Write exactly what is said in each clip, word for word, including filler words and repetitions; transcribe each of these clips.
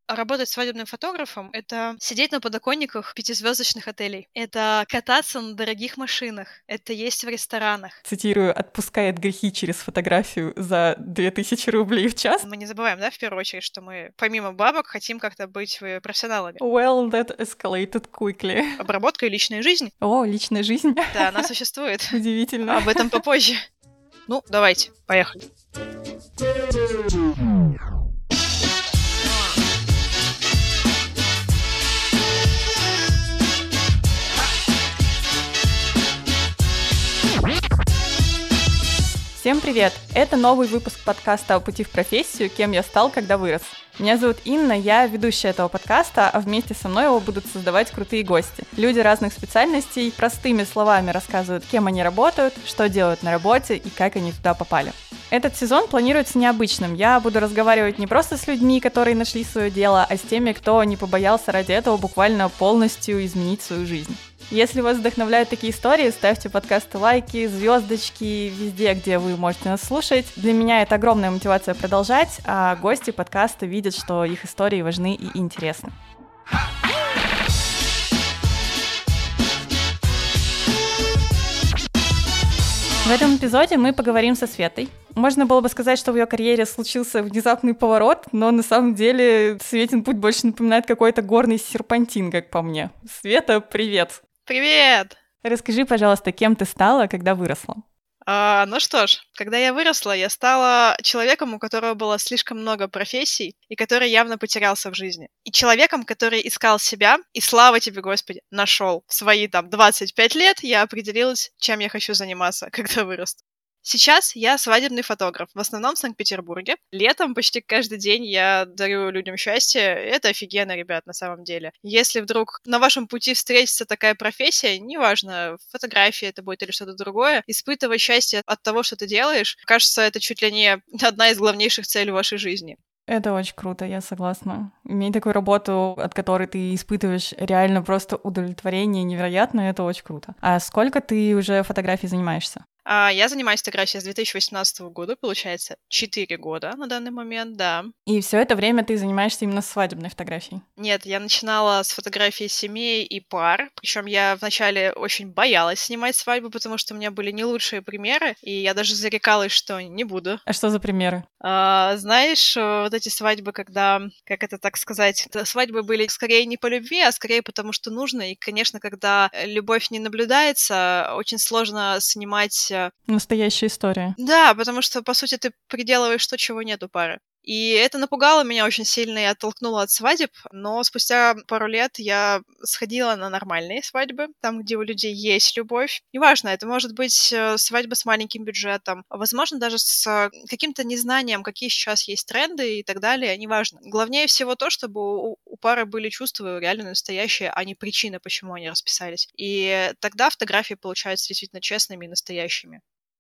Работать свадебным фотографом — это сидеть на подоконниках пятизвездочных отелей. Это кататься на дорогих машинах. Это есть в ресторанах. Цитирую, отпускает грехи через фотографию за две тысячи рублей в час. Мы не забываем, да, в первую очередь, что мы помимо бабок хотим как-то быть профессионалами. Well, that escalated quickly. Обработка и личная жизнь. О, личная жизнь. Да, она существует. Удивительно. Об этом попозже. Ну, давайте, поехали. Всем привет! Это новый выпуск подкаста «О пути в профессию. Кем я стал, когда вырос». Меня зовут Инна, я ведущая этого подкаста, а вместе со мной его будут создавать крутые гости. Люди разных специальностей простыми словами рассказывают, кем они работают, что делают на работе и как они туда попали. Этот сезон планируется необычным. Я буду разговаривать не просто с людьми, которые нашли свое дело, а с теми, кто не побоялся ради этого буквально полностью изменить свою жизнь. Если вас вдохновляют такие истории, ставьте подкасту лайки, звездочки везде, где вы можете нас слушать. Для меня это огромная мотивация продолжать, а гости подкаста видят, что их истории важны и интересны. В этом эпизоде мы поговорим со Светой. Можно было бы сказать, что в ее карьере случился внезапный поворот, но на самом деле Светин путь больше напоминает какой-то горный серпантин, как по мне. Света, привет! Привет! Расскажи, пожалуйста, кем ты стала, когда выросла? А, ну что ж, когда я выросла, я стала человеком, у которого было слишком много профессий, и который явно потерялся в жизни. И человеком, который искал себя, и слава тебе, Господи, нашел. В свои там двадцать пять лет я определилась, чем я хочу заниматься, когда вырасту. Сейчас я свадебный фотограф, в основном в Санкт-Петербурге. Летом почти каждый день я дарю людям счастье. Это офигенно, ребят, на самом деле. Если вдруг на вашем пути встретится такая профессия, неважно, фотография это будет или что-то другое, испытывай счастье от того, что ты делаешь. Кажется, это чуть ли не одна из главнейших целей вашей жизни. Это очень круто, я согласна. Иметь такую работу, от которой ты испытываешь реально просто удовлетворение невероятно, это очень круто. А сколько ты уже фотографией занимаешься? Я занимаюсь фотографией с две тысячи восемнадцатого года, получается, четыре года на данный момент, да. И все это время ты занимаешься именно свадебной фотографией? Нет, я начинала с фотографии семей и пар, причем я вначале очень боялась снимать свадьбу, потому что у меня были не лучшие примеры, и я даже зарекалась, что не буду. А что за примеры? А, знаешь, вот эти свадьбы, когда, как это так сказать, свадьбы были скорее не по любви, а скорее потому, что нужно, и, конечно, когда любовь не наблюдается, очень сложно снимать. Настоящая история. Да, потому что, по сути, ты приделываешь то, чего нет у пары. И это напугало меня очень сильно и оттолкнуло от свадеб, но спустя пару лет я сходила на нормальные свадьбы, там, где у людей есть любовь. Неважно, это может быть свадьба с маленьким бюджетом, возможно, даже с каким-то незнанием, какие сейчас есть тренды и так далее, неважно. Главнее всего то, чтобы у, у пары были чувства реально настоящие, а не причины, почему они расписались. И тогда фотографии получаются действительно честными и настоящими.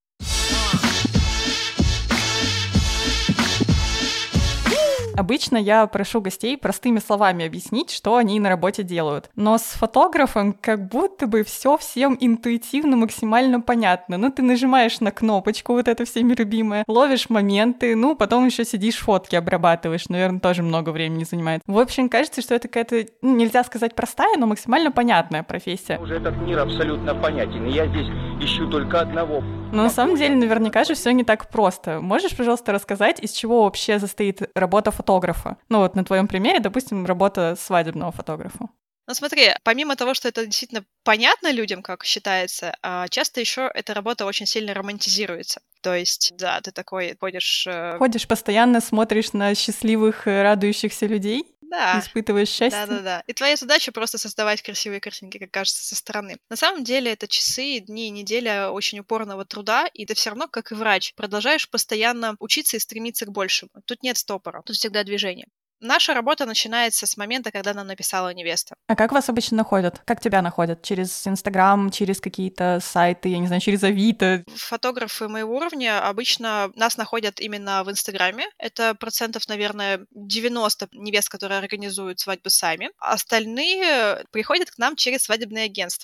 Обычно я прошу гостей простыми словами объяснить, что они на работе делают. Но с фотографом как будто бы все всем интуитивно максимально понятно. Ну, ты нажимаешь на кнопочку, вот это всеми любимое, ловишь моменты, ну, потом еще сидишь, фотки обрабатываешь. Наверное, тоже много времени занимает. В общем, кажется, что это какая-то, ну, нельзя сказать простая, но максимально понятная профессия. Уже этот мир абсолютно понятен, и я здесь ищу только одного. Но на самом деле, наверняка же все не так просто. Можешь, пожалуйста, рассказать, из чего вообще состоит работа фотографа? Ну вот на твоем примере, допустим, работа свадебного фотографа. Ну смотри, помимо того, что это действительно понятно людям, как считается, часто еще эта работа очень сильно романтизируется. То есть, да, ты такой ходишь... Ходишь постоянно, смотришь на счастливых, радующихся людей? Да. Испытываешь счастье? Да-да-да. И твоя задача просто создавать красивые картинки, как кажется, со стороны. На самом деле это часы, дни, неделя очень упорного труда, и ты все равно, как и врач, продолжаешь постоянно учиться и стремиться к большему. Тут нет стопора, тут всегда движение. Наша работа начинается с момента, когда нам написала невеста. А как вас обычно находят? Как тебя находят? Через Инстаграм, через какие-то сайты, я не знаю, через Авито? Фотографы моего уровня обычно нас находят именно в Инстаграме. Это процентов, наверное, девяносто невест, которые организуют свадьбы сами. Остальные приходят к нам через свадебные агентства.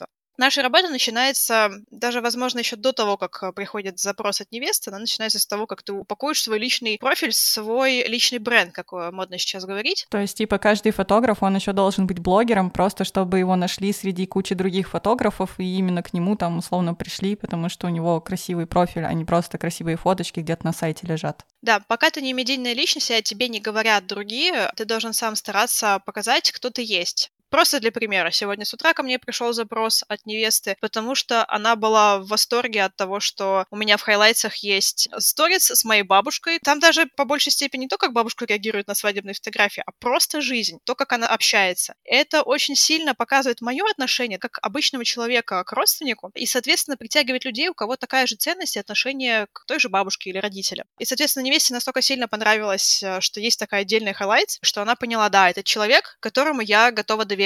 Наша работа начинается даже, возможно, еще до того, как приходит запрос от невесты. Она начинается с того, как ты упакуешь свой личный профиль, свой личный бренд, как модно сейчас говорить. То есть, типа, каждый фотограф, он еще должен быть блогером, просто чтобы его нашли среди кучи других фотографов, и именно к нему там условно пришли, потому что у него красивый профиль, а не просто красивые фоточки где-то на сайте лежат. Да, пока ты не медийная личность, и о тебе не говорят другие, ты должен сам стараться показать, кто ты есть. Просто для примера. Сегодня с утра ко мне пришел запрос от невесты, потому что она была в восторге от того, что у меня в хайлайтсах есть сторис с моей бабушкой. Там даже по большей степени не то, как бабушка реагирует на свадебные фотографии, а просто жизнь, то, как она общается. Это очень сильно показывает мое отношение как обычного человека к родственнику и, соответственно, притягивает людей, у кого такая же ценность и отношение к той же бабушке или родителям. И, соответственно, невесте настолько сильно понравилось, что есть такая отдельная хайлайтс, что она поняла, да, это человек, которому я готова довериться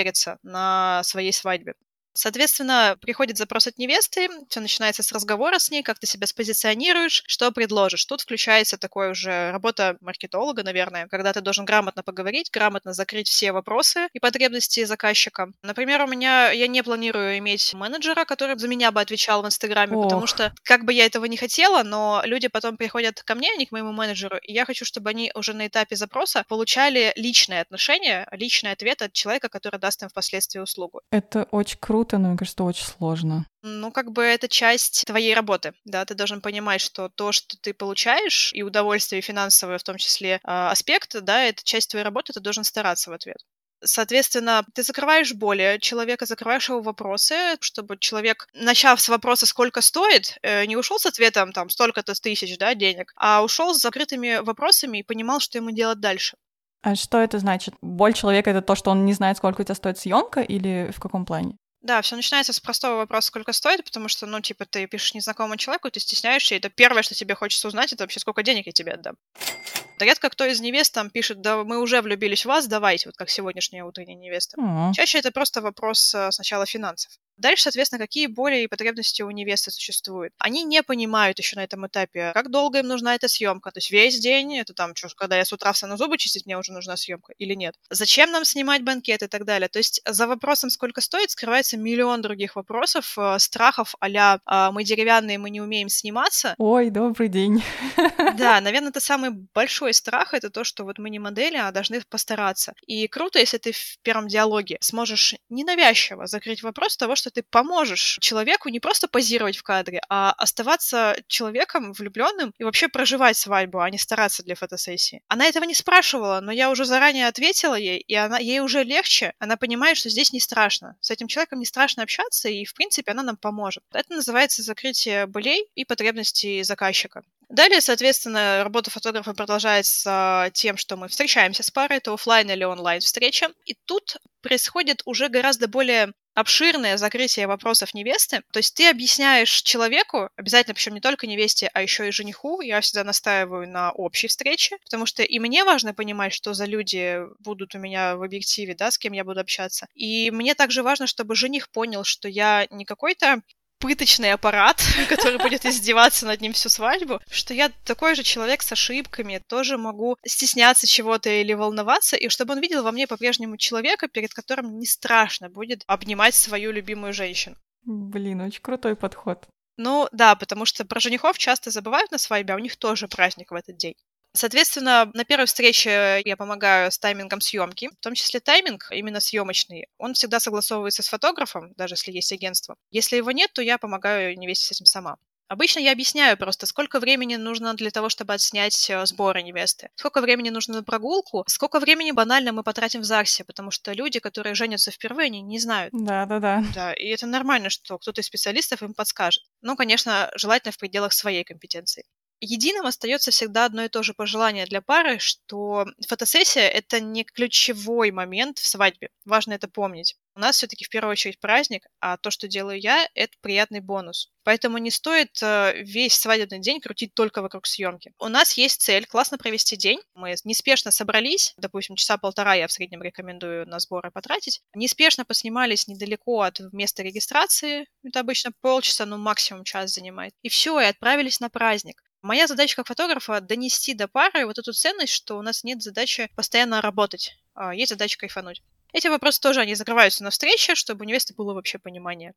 на своей свадьбе. Соответственно, приходит запрос от невесты, все начинается с разговора с ней, как ты себя спозиционируешь, что предложишь. Тут включается такая уже работа маркетолога, наверное, когда ты должен грамотно поговорить, грамотно закрыть все вопросы и потребности заказчика. Например, у меня, я не планирую иметь менеджера, который за меня бы отвечал в Инстаграме, Ох. потому что как бы я этого не хотела, но люди потом приходят ко мне, а не к моему менеджеру, и я хочу, чтобы они уже на этапе запроса получали личное отношение, личный ответ от человека, который даст им впоследствии услугу. Это очень круто, но мне кажется, очень сложно. Ну, как бы это часть твоей работы, да, ты должен понимать, что то, что ты получаешь, и удовольствие финансовое в том числе, а, аспект, да, это часть твоей работы, ты должен стараться в ответ. Соответственно, ты закрываешь боли человека, закрываешь его вопросы, чтобы человек, начав с вопроса «сколько стоит», не ушел с ответом там «столько-то тысяч, да, денег», а ушел с закрытыми вопросами и понимал, что ему делать дальше. А что это значит? Боль человека — это то, что он не знает, сколько у тебя стоит съемка, или в каком плане? Да, все начинается с простого вопроса, сколько стоит, потому что, ну, типа, ты пишешь незнакомому человеку, ты стесняешься, и это первое, что тебе хочется узнать, это вообще сколько денег я тебе отдам. Да редко кто из невест там пишет, да мы уже влюбились в вас, давайте, вот как сегодняшняя утренняя невеста. Mm. Чаще это просто вопрос сначала финансов. Дальше, соответственно, какие боли и потребности у невесты существуют. Они не понимают еще на этом этапе, как долго им нужна эта съемка. То есть весь день, это там, что, когда я с утра встану зубы чистить, мне уже нужна съемка или нет. Зачем нам снимать банкет и так далее. То есть за вопросом, сколько стоит, скрывается миллион других вопросов, э, страхов а-ля э, мы деревянные, мы не умеем сниматься. Ой, добрый день. Да, наверное, это самый большой страх, это то, что вот мы не модели, а должны постараться. И круто, если ты в первом диалоге сможешь ненавязчиво закрыть вопрос того, что ты поможешь человеку не просто позировать в кадре, а оставаться человеком влюбленным и вообще проживать свадьбу, а не стараться для фотосессии. Она этого не спрашивала, но я уже заранее ответила ей, и она, ей уже легче. Она понимает, что здесь не страшно. С этим человеком не страшно общаться, и, в принципе, она нам поможет. Это называется закрытие болей и потребностей заказчика. Далее, соответственно, работа фотографа продолжается тем, что мы встречаемся с парой, это офлайн или онлайн встреча, и тут происходит уже гораздо более обширное закрытие вопросов невесты. То есть ты объясняешь человеку, обязательно, причем не только невесте, а еще и жениху, я всегда настаиваю на общей встрече, потому что и мне важно понимать, что за люди будут у меня в объективе, да, с кем я буду общаться. И мне также важно, чтобы жених понял, что я не какой-то пыточный аппарат, который будет издеваться над ним всю свадьбу, что я такой же человек с ошибками, тоже могу стесняться чего-то или волноваться, и чтобы он видел во мне по-прежнему человека, перед которым не страшно будет обнимать свою любимую женщину. Блин, очень крутой подход. Ну да, потому что про женихов часто забывают на свадьбе, а у них тоже праздник в этот день. Соответственно, на первой встрече я помогаю с таймингом съемки, в том числе тайминг, именно съемочный, он всегда согласовывается с фотографом, даже если есть агентство. Если его нет, то я помогаю невесте с этим сама. Обычно я объясняю просто, сколько времени нужно для того, чтобы отснять сборы невесты, сколько времени нужно на прогулку, сколько времени банально мы потратим в ЗАГСе, потому что люди, которые женятся впервые, они не знают. Да-да-да. Да, и это нормально, что кто-то из специалистов им подскажет. Но, конечно, желательно в пределах своей компетенции. Единым остается всегда одно и то же пожелание для пары, что фотосессия — это не ключевой момент в свадьбе. Важно это помнить. У нас все-таки в первую очередь праздник, а то, что делаю я, это приятный бонус. Поэтому не стоит весь свадебный день крутить только вокруг съемки. У нас есть цель классно провести день. Мы неспешно собрались, допустим, часа полтора я в среднем рекомендую на сборы потратить. Неспешно поснимались недалеко от места регистрации. Это обычно полчаса, ну максимум час занимает. И все, и отправились на праздник. Моя задача как фотографа — донести до пары вот эту ценность, что у нас нет задачи постоянно работать, а есть задача кайфануть. Эти вопросы тоже, они закрываются на встрече, чтобы у невесты было вообще понимание.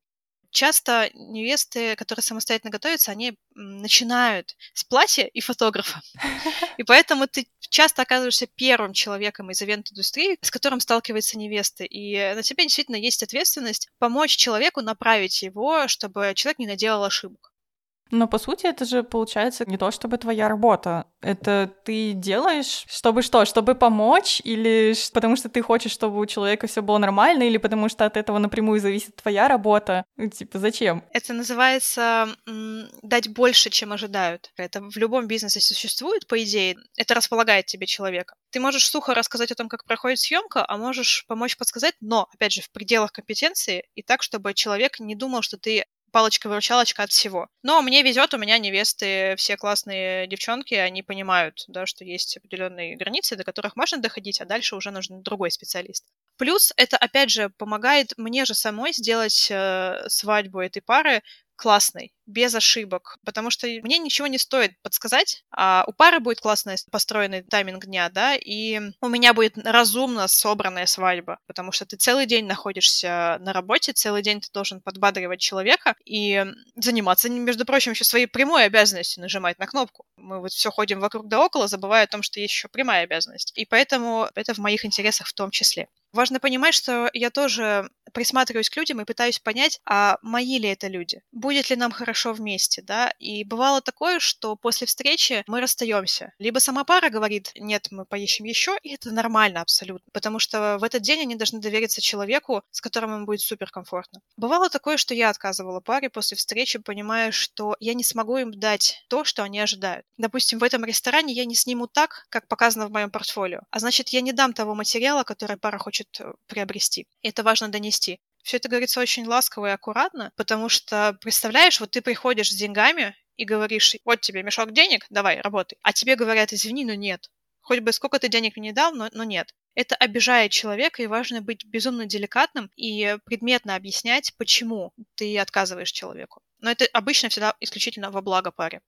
Часто невесты, которые самостоятельно готовятся, они начинают с платья и фотографа. И поэтому ты часто оказываешься первым человеком из ивент-индустрии, с которым сталкиваются невесты. И на тебе действительно есть ответственность помочь человеку направить его, чтобы человек не наделал ошибок. Но, по сути, это же, получается, не то чтобы твоя работа. Это ты делаешь, чтобы что? Чтобы помочь? Или потому что ты хочешь, чтобы у человека все было нормально? Или потому что от этого напрямую зависит твоя работа? Типа, зачем? Это называется м, дать больше, чем ожидают. Это в любом бизнесе существует, по идее. Это располагает тебе человека. Ты можешь сухо рассказать о том, как проходит съемка, а можешь помочь подсказать, но, опять же, в пределах компетенции и так, чтобы человек не думал, что ты палочка-выручалочка от всего. Но мне везет, у меня невесты все классные девчонки, они понимают, да, что есть определенные границы, до которых можно доходить, а дальше уже нужен другой специалист. Плюс это, опять же, помогает мне же самой сделать э, свадьбу этой пары классной, без ошибок, потому что мне ничего не стоит подсказать, а у пары будет классно построенный тайминг дня, да, и у меня будет разумно собранная свадьба, потому что ты целый день находишься на работе, целый день ты должен подбадривать человека и заниматься, между прочим, еще своей прямой обязанностью нажимать на кнопку. Мы вот все ходим вокруг да около, забывая о том, что есть еще прямая обязанность, и поэтому это в моих интересах в том числе. Важно понимать, что я тоже присматриваюсь к людям и пытаюсь понять, а мои ли это люди, будет ли нам хорошо вместе, да, и бывало такое, что после встречи мы расстаемся. Либо сама пара говорит, нет, мы поищем еще, и это нормально абсолютно, потому что в этот день они должны довериться человеку, с которым им будет суперкомфортно. Бывало такое, что я отказывала паре после встречи, понимая, что я не смогу им дать то, что они ожидают. Допустим, в этом ресторане я не сниму так, как показано в моем портфолио, а значит, я не дам того материала, который пара хочет приобрести. И это важно донести. Все это говорится очень ласково и аккуратно, потому что, представляешь, вот ты приходишь с деньгами и говоришь, вот тебе мешок денег, давай, работай. А тебе говорят, извини, но нет. Хоть бы сколько ты денег мне не дал, но, но нет. Это обижает человека, и важно быть безумно деликатным и предметно объяснять, почему ты отказываешь человеку. Но это обычно всегда исключительно во благо паре.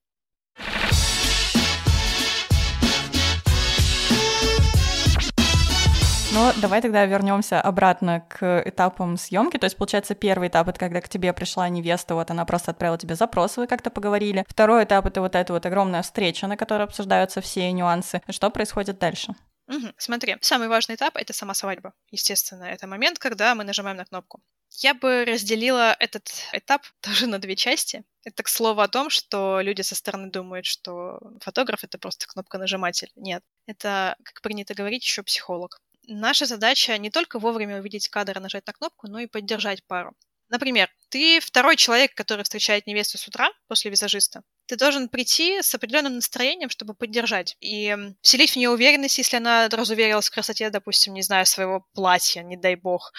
Ну, давай тогда вернемся обратно к этапам съемки. То есть, получается, первый этап — это когда к тебе пришла невеста, вот она просто отправила тебе запрос, вы как-то поговорили. Второй этап — это вот эта вот огромная встреча, на которой обсуждаются все нюансы. Что происходит дальше? Угу. Смотри, самый важный этап — это сама свадьба. Естественно, это момент, когда мы нажимаем на кнопку. Я бы разделила этот этап тоже на две части. Это, к слову, о том, что люди со стороны думают, что фотограф — это просто кнопконажиматель. Нет, это, как принято говорить, еще психолог. Наша задача не только вовремя увидеть кадр и нажать на кнопку, но и поддержать пару. Например, ты второй человек, который встречает невесту с утра после визажиста. Ты должен прийти с определенным настроением, чтобы поддержать. И вселить в нее уверенность, если она разуверилась в красоте, допустим, не знаю, своего платья, не дай бог.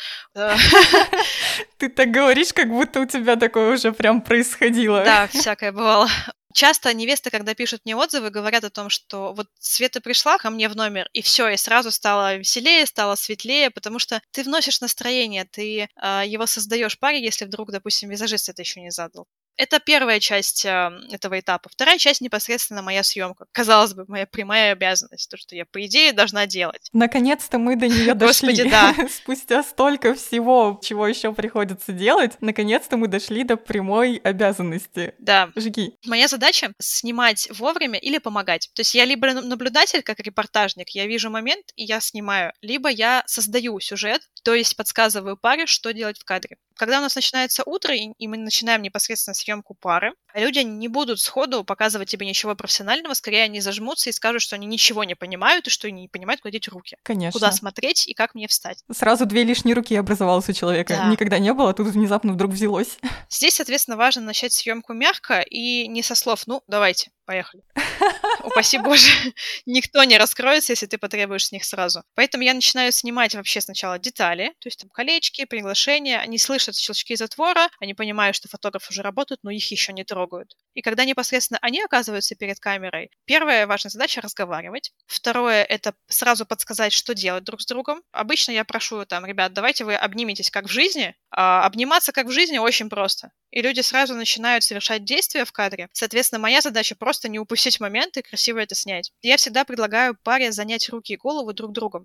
Ты так говоришь, как будто у тебя такое уже прям происходило. Да, всякое бывало. Часто невесты, когда пишут мне отзывы, говорят о том, что вот Света пришла ко мне в номер, и все, и сразу стало веселее, стало светлее, потому что ты вносишь настроение, ты э, его создаешь паре, если вдруг, допустим, визажист это еще не задал. Это первая часть э, этого этапа. Вторая часть непосредственно моя съемка. Казалось бы, моя прямая обязанность, то, что я, по идее, должна делать. Наконец-то мы до нее дошли. Господи, да. Спустя столько всего, чего еще приходится делать, наконец-то мы дошли до прямой обязанности. Да. Жги. Моя задача — снимать вовремя или помогать. То есть я либо наблюдатель, как репортажник, я вижу момент, и я снимаю, либо я создаю сюжет, то есть подсказываю паре, что делать в кадре. Когда у нас начинается утро, и мы начинаем непосредственно съемку пары, люди не будут сходу показывать тебе ничего профессионального, скорее они зажмутся и скажут, что они ничего не понимают, и что они не понимают, куда деть руки. Конечно. Куда смотреть и как мне встать. Сразу две лишние руки образовалось у человека. Да. Никогда не было, а тут внезапно вдруг взялось. Здесь, соответственно, важно начать съемку мягко и не со слов «ну, давайте». Поехали. Упаси Боже, никто не раскроется, если ты потребуешь с них сразу. Поэтому я начинаю снимать вообще сначала детали, то есть там колечки, приглашения. Они слышат щелчки затвора, они понимают, что фотограф уже работает, но их еще не трогают. И когда непосредственно они оказываются перед камерой, первая важная задача — разговаривать. Второе — это сразу подсказать, что делать друг с другом. Обычно я прошу там, ребят, давайте вы обниметесь как в жизни. А обниматься как в жизни очень просто. И люди сразу начинают совершать действия в кадре. Соответственно, моя задача просто не упустить момент и красиво это снять. Я всегда предлагаю паре занять руки и голову друг другом.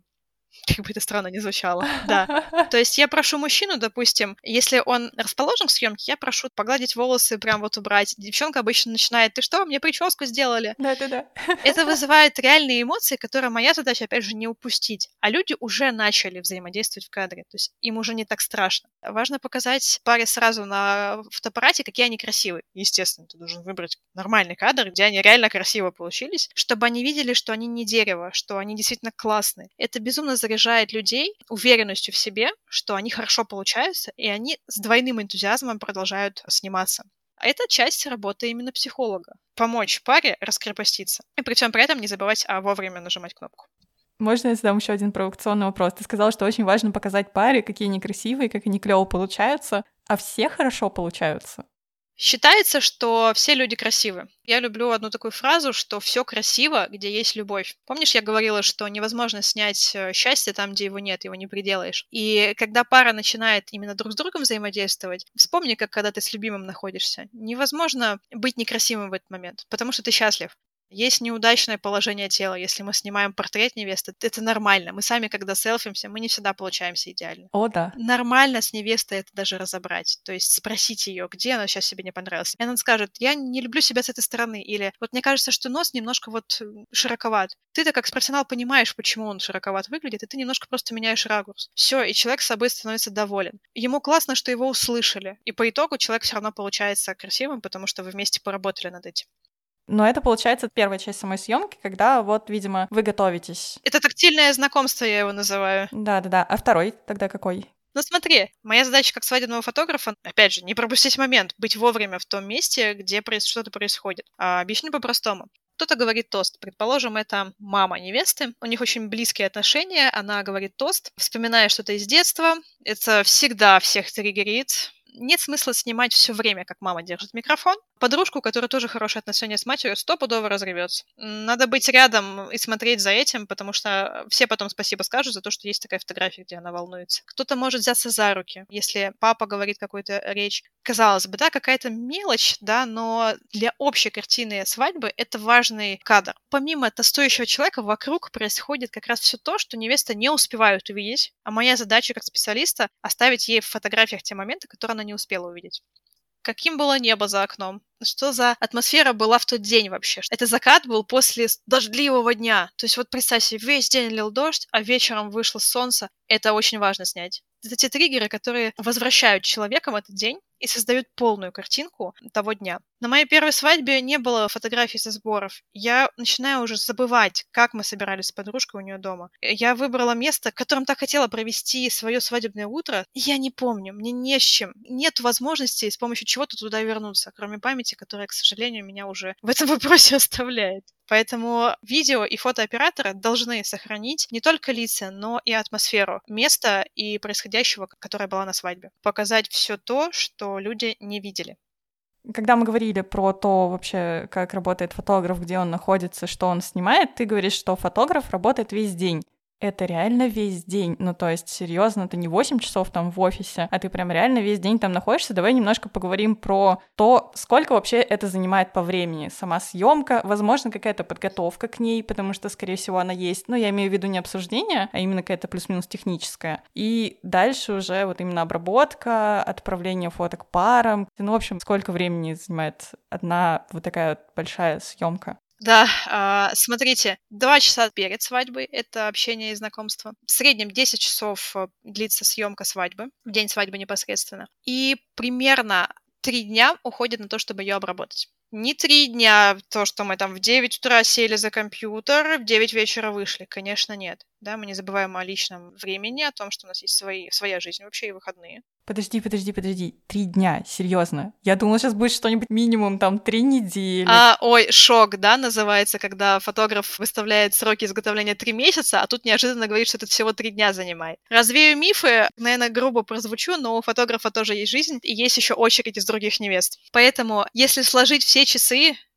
Как бы это странно ни звучало. Да. То есть я прошу мужчину, допустим, если он расположен к съемке, я прошу погладить волосы, прям вот убрать. Девчонка обычно начинает: ты что, мне прическу сделали? Да-да-да. Это вызывает реальные эмоции, которые моя задача, опять же, не упустить. А люди уже начали взаимодействовать в кадре, то есть им уже не так страшно. Важно показать паре сразу на фотоаппарате, какие они красивые. Естественно, ты должен выбрать нормальный кадр, где они реально красиво получились, чтобы они видели, что они не дерево, что они действительно классные. Это безумно заряжает людей уверенностью в себе, что они хорошо получаются, и они с двойным энтузиазмом продолжают сниматься. А это часть работы именно психолога. Помочь паре раскрепоститься. И при всем при этом не забывать а вовремя нажимать кнопку. Можно я задам еще один провокационный вопрос? Ты сказала, что очень важно показать паре, какие они красивые, как они клево получаются. А все хорошо получаются? Считается, что все люди красивы. Я люблю одну такую фразу, что все красиво, где есть любовь. Помнишь, я говорила, что невозможно снять счастье там, где его нет, его не приделаешь. И когда пара начинает именно друг с другом взаимодействовать, вспомни, как когда ты с любимым находишься. Невозможно быть некрасивым в этот момент, потому что ты счастлив. Есть неудачное положение тела. Если мы снимаем портрет невесты, это нормально. Мы сами, когда селфимся, мы не всегда получаемся идеально. О, да. Нормально с невестой это даже разобрать. То есть спросить ее, где она сейчас себе не понравилась. И она скажет: я не люблю себя с этой стороны. Или вот мне кажется, что нос немножко вот широковат. Ты-то как профессионал понимаешь, почему он широковат выглядит, и ты немножко просто меняешь ракурс. Все, и человек с собой становится доволен. Ему классно, что его услышали. И по итогу человек все равно получается красивым, потому что вы вместе поработали над этим. Но это, получается, первая часть самой съемки, когда вот, видимо, вы готовитесь. Это тактильное знакомство, я его называю. Да-да-да. А второй тогда какой? Ну смотри, моя задача как свадебного фотографа, опять же, не пропустить момент, быть вовремя в том месте, где что-то происходит. А, объясню по-простому. Кто-то говорит тост. Предположим, это мама невесты. У них очень близкие отношения. Она говорит тост, вспоминая что-то из детства. Это всегда всех триггерит. Нет смысла снимать все время, как мама держит микрофон. Подружку, у которой тоже хорошие отношения с матерью, стопудово разревется. Надо быть рядом и смотреть за этим, потому что все потом спасибо скажут за то, что есть такая фотография, где она волнуется. Кто-то может взяться за руки, если папа говорит какую-то речь. Казалось бы, да, какая-то мелочь, да, но для общей картины свадьбы это важный кадр. Помимо тостующего человека вокруг происходит как раз все то, что невеста не успевает увидеть, а моя задача как специалиста оставить ей в фотографиях те моменты, которые она не успела увидеть. Каким было небо за окном? Что за атмосфера была в тот день вообще? Это закат был после дождливого дня. То есть вот представь себе, весь день лил дождь, а вечером вышло солнце. Это очень важно снять. Это те триггеры, которые возвращают человека в этот день и создают полную картинку того дня. На моей первой свадьбе не было фотографий со сборов. Я начинаю уже забывать, как мы собирались с подружкой у нее дома. Я выбрала место, в котором так хотела провести свое свадебное утро. И я не помню, мне не с чем. Нет возможности с помощью чего-то туда вернуться, кроме памяти, которая, к сожалению, меня уже в этом вопросе оставляет. Поэтому видео и фотооператоры должны сохранить не только лица, но и атмосферу места и происходящего, которое было на свадьбе. Показать все то, что люди не видели. Когда мы говорили про то вообще, как работает фотограф, где он находится, что он снимает, ты говоришь, что фотограф работает весь день. Это реально весь день. Ну, то есть, серьезно, ты не восемь часов там в офисе, а ты прям реально весь день там находишься. Давай немножко поговорим про то, сколько вообще это занимает по времени. Сама съемка, возможно, какая-то подготовка к ней, потому что, скорее всего, она есть. Ну, я имею в виду не обсуждение, а именно какая-то плюс-минус техническая. И дальше уже вот именно обработка, отправление фоток парам. Ну, в общем, сколько времени занимает одна вот такая вот большая съемка? Да, э, смотрите, два часа перед свадьбой — это общение и знакомство. В среднем десять часов длится съемка свадьбы, в день свадьбы непосредственно. И примерно три дня уходит на то, чтобы ее обработать. Не три дня, то, что мы там в девять утра сели за компьютер, в девять вечера вышли. Конечно, нет. Да, мы не забываем о личном времени, о том, что у нас есть свои, своя жизнь вообще и выходные. Подожди, подожди, подожди. Три дня, серьезно. Я думала, сейчас будет что-нибудь минимум там три недели. А, ой, шок, да, называется, когда фотограф выставляет сроки изготовления три месяца, а тут неожиданно говорит, что это всего три дня занимает. Развею мифы, наверное, грубо прозвучу, но у фотографа тоже есть жизнь, и есть еще очередь из других невест. Поэтому, если сложить все часы,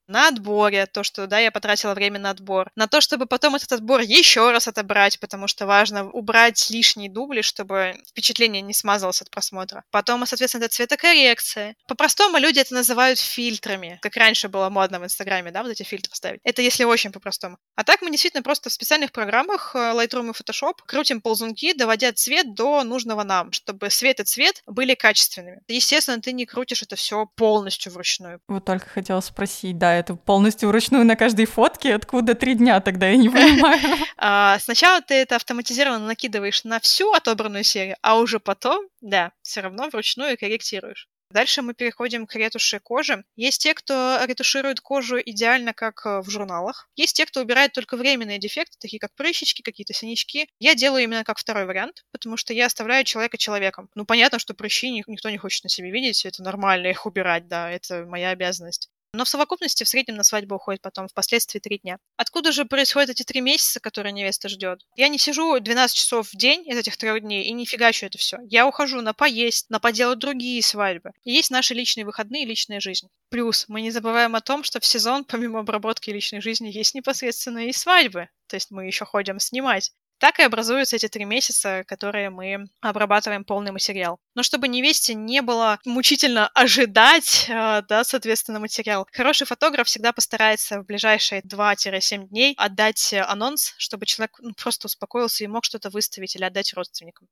на отборе, то, что, да, я потратила время на отбор, на то, чтобы потом этот отбор еще раз отобрать, потому что важно убрать лишние дубли, чтобы впечатление не смазалось от просмотра. Потом, соответственно, это цветокоррекция. По-простому люди это называют фильтрами, как раньше было модно в Инстаграме, да, вот эти фильтры ставить. Это если очень по-простому. А так мы действительно просто в специальных программах Lightroom и Photoshop крутим ползунки, доводя цвет до нужного нам, чтобы свет и цвет были качественными. Естественно, ты не крутишь это все полностью вручную. Вот только хотела спросить, да, это полностью вручную на каждой фотке? Откуда три дня тогда, я не понимаю. Сначала ты это автоматизированно накидываешь на всю отобранную серию, а уже потом, да, все равно вручную корректируешь. Дальше мы переходим к ретуши кожи. Есть те, кто ретуширует кожу идеально, как в журналах. Есть те, кто убирает только временные дефекты, такие как прыщички, какие-то синячки. Я делаю именно как второй вариант, потому что я оставляю человека человеком. Ну, понятно, что прыщи никто не хочет на себе видеть, это нормально их убирать, да, это моя обязанность. Но в совокупности в среднем на свадьбу уходит потом впоследствии три дня. Откуда же происходят эти три месяца, которые невеста ждет? Я не сижу двенадцать часов в день из этих трех дней и не фигачу это все. Я ухожу на поесть, на поделать другие свадьбы. И есть наши личные выходные и личная жизнь. Плюс мы не забываем о том, что в сезон, помимо обработки личной жизни, есть непосредственно и свадьбы. То есть мы еще ходим снимать. Так и образуются эти три месяца, которые мы обрабатываем полный материал. Но чтобы невесте не было мучительно ожидать, да, соответственно, материал, хороший фотограф всегда постарается в ближайшие два-семь дней отдать анонс, чтобы человек ну, просто успокоился и мог что-то выставить или отдать родственникам.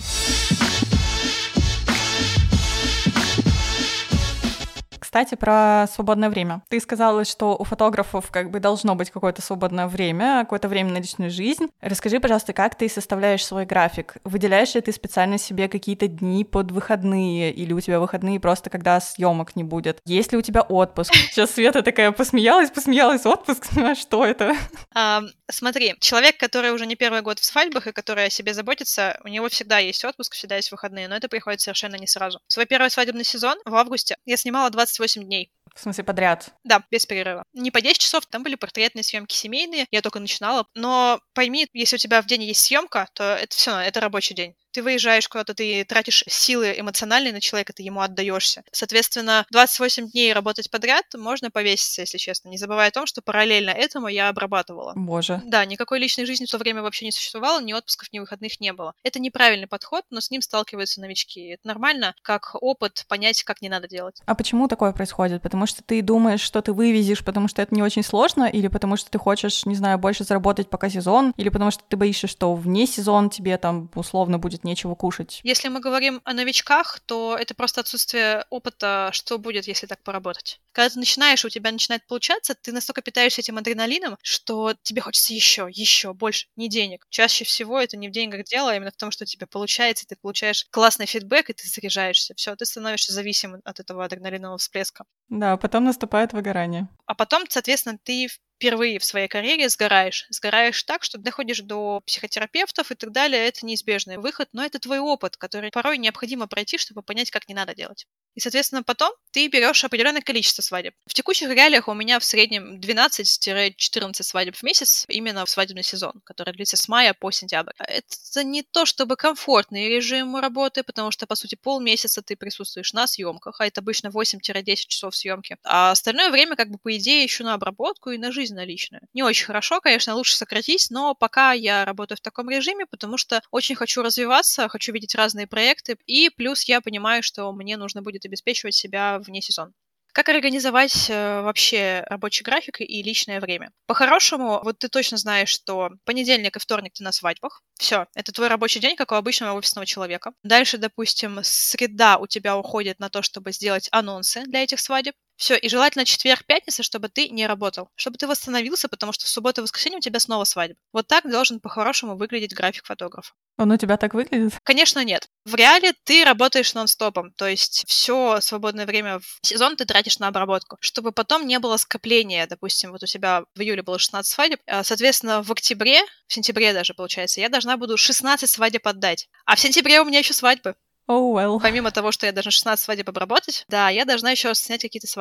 Кстати, про свободное время. Ты сказала, что у фотографов как бы должно быть какое-то свободное время, какое-то время на личную жизнь. Расскажи, пожалуйста, как ты составляешь свой график? Выделяешь ли ты специально себе какие-то дни под выходные? Или у тебя выходные просто когда съемок не будет? Есть ли у тебя отпуск? Сейчас Света такая посмеялась, посмеялась, отпуск? А что это? А, смотри, человек, который уже не первый год в свадьбах и который о себе заботится, у него всегда есть отпуск, всегда есть выходные, но это приходит совершенно не сразу. Свой первый свадебный сезон в августе я снимала двадцать восемь дней. В смысле, подряд? Да, без перерыва. Не по десять часов, там были портретные съемки семейные, я только начинала. Но пойми, если у тебя в день есть съемка, то это все, это рабочий день. Ты выезжаешь куда-то, ты тратишь силы эмоциональные на человека, ты ему отдаешься. Соответственно, двадцать восемь дней работать подряд можно повеситься, если честно. Не забывая о том, что параллельно этому я обрабатывала. Боже. Да, никакой личной жизни в то время вообще не существовало, ни отпусков, ни выходных не было. Это неправильный подход, но с ним сталкиваются новички. Это нормально, как опыт, понять, как не надо делать. А почему такое происходит? Потому что ты думаешь, что ты вывезешь, потому что это не очень сложно, или потому что ты хочешь, не знаю, больше заработать пока сезон, или потому что ты боишься, что вне сезон тебе там условно будет нечего кушать? Если мы говорим о новичках, то это просто отсутствие опыта, что будет, если так поработать. Когда ты начинаешь, у тебя начинает получаться, ты настолько питаешься этим адреналином, что тебе хочется еще, еще, больше, не денег. Чаще всего это не в деньгах дело, а именно в том, что тебе получается, ты получаешь классный фидбэк, и ты заряжаешься. Все, ты становишься зависимым от этого адреналинового всплеска. Да, потом наступает выгорание. А потом, соответственно, ты впервые в своей карьере сгораешь. Сгораешь так, что доходишь до психотерапевтов и так далее. Это неизбежный выход, но это твой опыт, который порой необходимо пройти, чтобы понять, как не надо делать. И, соответственно, потом ты берешь определенное количество свадеб. В текущих реалиях у меня в среднем двенадцать-четырнадцать свадеб в месяц именно в свадебный сезон, который длится с мая по сентябрь. Это не то чтобы комфортный режим работы, потому что, по сути, полмесяца ты присутствуешь на съемках, а это обычно восемь-десять часов съемки. А остальное время, как бы, по идее, еще на обработку и на жизнь на личную. Не очень хорошо, конечно, лучше сократить, но пока я работаю в таком режиме, потому что очень хочу развиваться, хочу видеть разные проекты, и плюс я понимаю, что мне нужно будет обеспечивать себя вне сезона. Как организовать э, вообще рабочий график и личное время? По-хорошему, вот ты точно знаешь, что понедельник и вторник ты на свадьбах. Все, это твой рабочий день, как у обычного офисного человека. Дальше, допустим, среда у тебя уходит на то, чтобы сделать анонсы для этих свадеб. Все, и желательно четверг-пятница, чтобы ты не работал, чтобы ты восстановился, потому что в субботу и воскресенье у тебя снова свадьба. Вот так должен по-хорошему выглядеть график фотографа. Он у тебя так выглядит? Конечно, нет. В реале ты работаешь нон-стопом, то есть все свободное время в сезон ты тратишь на обработку, чтобы потом не было скопления. Допустим, вот у тебя в июле было шестнадцать свадеб, соответственно, в октябре, в сентябре даже, получается, я должна буду шестнадцать свадеб отдать. А в сентябре у меня еще свадьбы. Oh well. Помимо того, что я должна шестнадцать свадеб обработать, да, я должна еще снять какие-то свадьбы.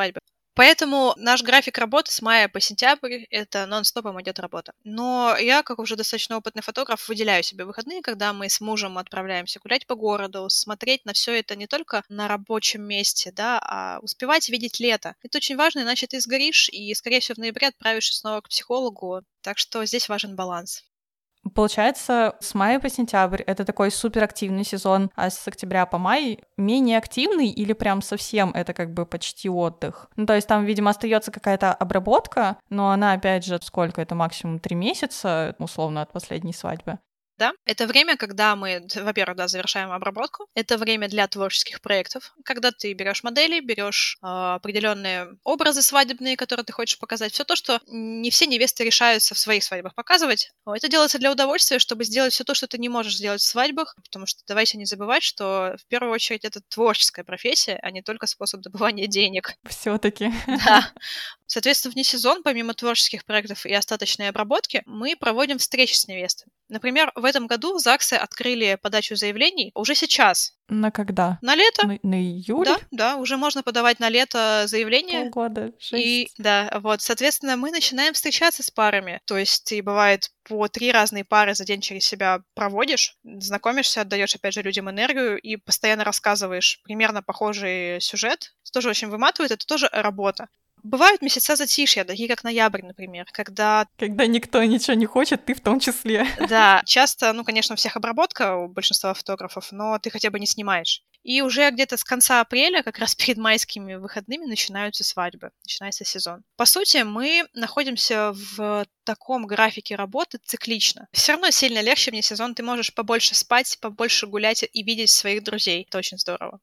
Поэтому наш график работы с мая по сентябрь — это нон-стопом идет работа. Но я, как уже достаточно опытный фотограф, выделяю себе выходные, когда мы с мужем отправляемся гулять по городу, смотреть на все это не только на рабочем месте, да, а успевать видеть лето. Это очень важно, иначе ты сгоришь и, скорее всего, в ноябре отправишься снова к психологу. Так что здесь важен баланс. Получается, с мая по сентябрь это такой суперактивный сезон, а с октября по май менее активный или прям совсем это как бы почти отдых? Ну, то есть там, видимо, остается какая-то обработка, но она, опять же, сколько? Это максимум три месяца, условно, от последней свадьбы. Да, это время, когда мы, во-первых, да, завершаем обработку. Это время для творческих проектов, когда ты берешь модели, берешь э, определенные образы свадебные, которые ты хочешь показать. Все то, что не все невесты решаются в своих свадьбах показывать. Это делается для удовольствия, чтобы сделать все то, что ты не можешь сделать в свадьбах, потому что давайте не забывать, что в первую очередь это творческая профессия, а не только способ добывания денег. Все-таки. Да. Соответственно, вне сезон, помимо творческих проектов и остаточной обработки, мы проводим встречи с невестами. Например, в этом году ЗАГСы открыли подачу заявлений уже сейчас. На когда? На лето. На, на июль? Да, да, уже можно подавать на лето заявление. Полгода, жесть. И да, вот, соответственно, мы начинаем встречаться с парами. То есть ты, бывает, по три разные пары за день через себя проводишь, знакомишься, отдаешь, опять же, людям энергию и постоянно рассказываешь примерно похожий сюжет. Это тоже очень выматывает, это тоже работа. Бывают месяца затишья, такие как ноябрь, например, когда... Когда никто ничего не хочет, ты в том числе. Да, часто, ну, конечно, у всех обработка, у большинства фотографов, но ты хотя бы не снимаешь. И уже где-то с конца апреля, как раз перед майскими выходными, начинаются свадьбы, начинается сезон. По сути, мы находимся в таком графике работы циклично. Все равно сильно легче вне сезон, ты можешь побольше спать, побольше гулять и видеть своих друзей. Это очень здорово.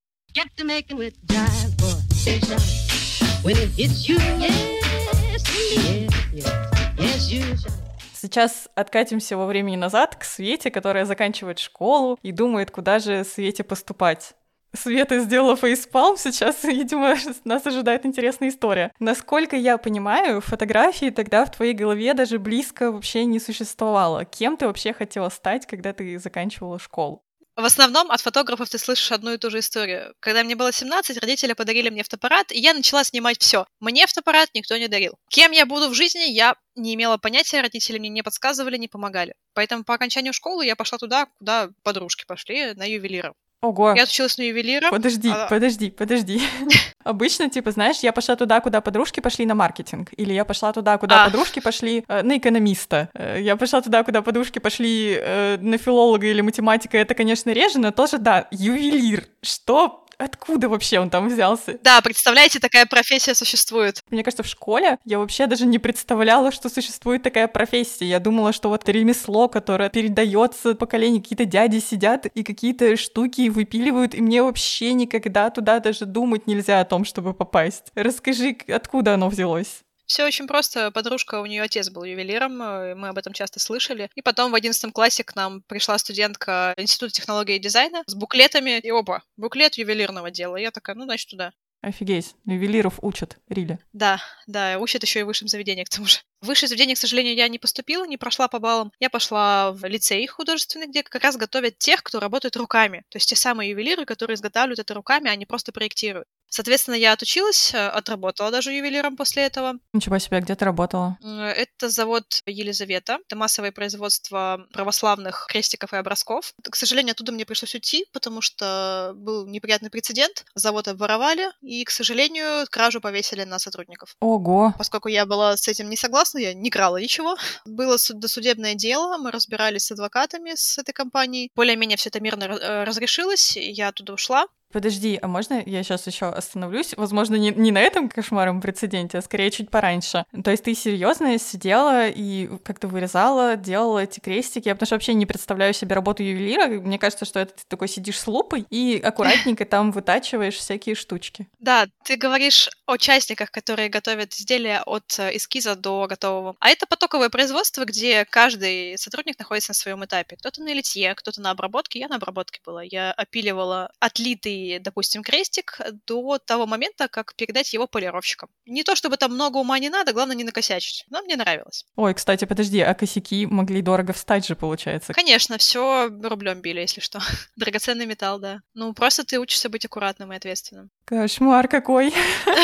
Сейчас откатимся во времени назад к Свете, которая заканчивает школу и думает, куда же Свете поступать. Света сделала фейспалм, сейчас, видимо, нас ожидает интересная история. Насколько я понимаю, фотографии тогда в твоей голове даже близко вообще не существовало. Кем ты вообще хотела стать, когда ты заканчивала школу? В основном от фотографов ты слышишь одну и ту же историю. Когда мне было семнадцать, родители подарили мне фотоаппарат, и я начала снимать все. Мне фотоаппарат никто не дарил. Кем я буду в жизни, я не имела понятия, родители мне не подсказывали, не помогали. Поэтому по окончанию школы я пошла туда, куда подружки пошли, на ювелира. Ого. Я отучилась на ювелира. Подожди, а... подожди, подожди. Обычно, типа, знаешь, я пошла туда, куда подружки пошли на маркетинг, или я пошла туда, куда а. подружки пошли э, на экономиста, э, я пошла туда, куда подружки пошли э, на филолога или математика, это, конечно, реже, но тоже, да, ювелир. Что? Откуда вообще он там взялся? Да, представляете, такая профессия существует. Мне кажется, в школе я вообще даже не представляла, что существует такая профессия. Я думала, что вот ремесло, которое передается поколению, какие-то дяди сидят и какие-то штуки выпиливают, и мне вообще никогда туда даже думать нельзя о том, чтобы попасть. Расскажи, откуда оно взялось? Все очень просто. Подружка, у нее отец был ювелиром, мы об этом часто слышали. И потом в одиннадцатом классе к нам пришла студентка Института технологии и дизайна с буклетами. И опа, буклет ювелирного дела. Я такая, ну, значит, туда. Офигеть, ювелиров учат, Риля. Да, да, учат еще и в высшем заведении, к тому же. В высшее заведение, к сожалению, я не поступила, не прошла по баллам. Я пошла в лицей художественный, где как раз готовят тех, кто работает руками. То есть те самые ювелиры, которые изготавливают это руками, а не просто проектируют. Соответственно, я отучилась, отработала даже ювелиром после этого. Ничего себе, где ты работала? Это завод Елизавета. Это массовое производство православных крестиков и образков. К сожалению, оттуда мне пришлось уйти, потому что был неприятный прецедент. Завод обворовали, и, к сожалению, кражу повесили на сотрудников. Ого! Поскольку я была с этим не согласна, я не крала ничего. Было досудебное дело, мы разбирались с адвокатами с этой компанией. Более-менее все это мирно разрешилось, и я оттуда ушла. Подожди, а можно я сейчас еще остановлюсь? Возможно, не, не на этом кошмарном прецеденте, а скорее чуть пораньше. То есть ты серьезно сидела и как-то вырезала, делала эти крестики? Я потому что вообще не представляю себе работу ювелира. Мне кажется, что это ты такой сидишь с лупой и аккуратненько там вытачиваешь всякие штучки. Да, ты говоришь о частниках, которые готовят изделия от эскиза до готового. А это потоковое производство, где каждый сотрудник находится на своем этапе. Кто-то на литье, кто-то на обработке. Я на обработке была. Я опиливала отлитый и, допустим, крестик до того момента, как передать его полировщикам. Не то чтобы там много ума не надо, главное не накосячить, но мне нравилось. Ой, кстати, подожди, а косяки могли дорого встать же, получается? Конечно, все рублем били, если что. Драгоценный металл, да. Ну, просто ты учишься быть аккуратным и ответственным. Кошмар какой.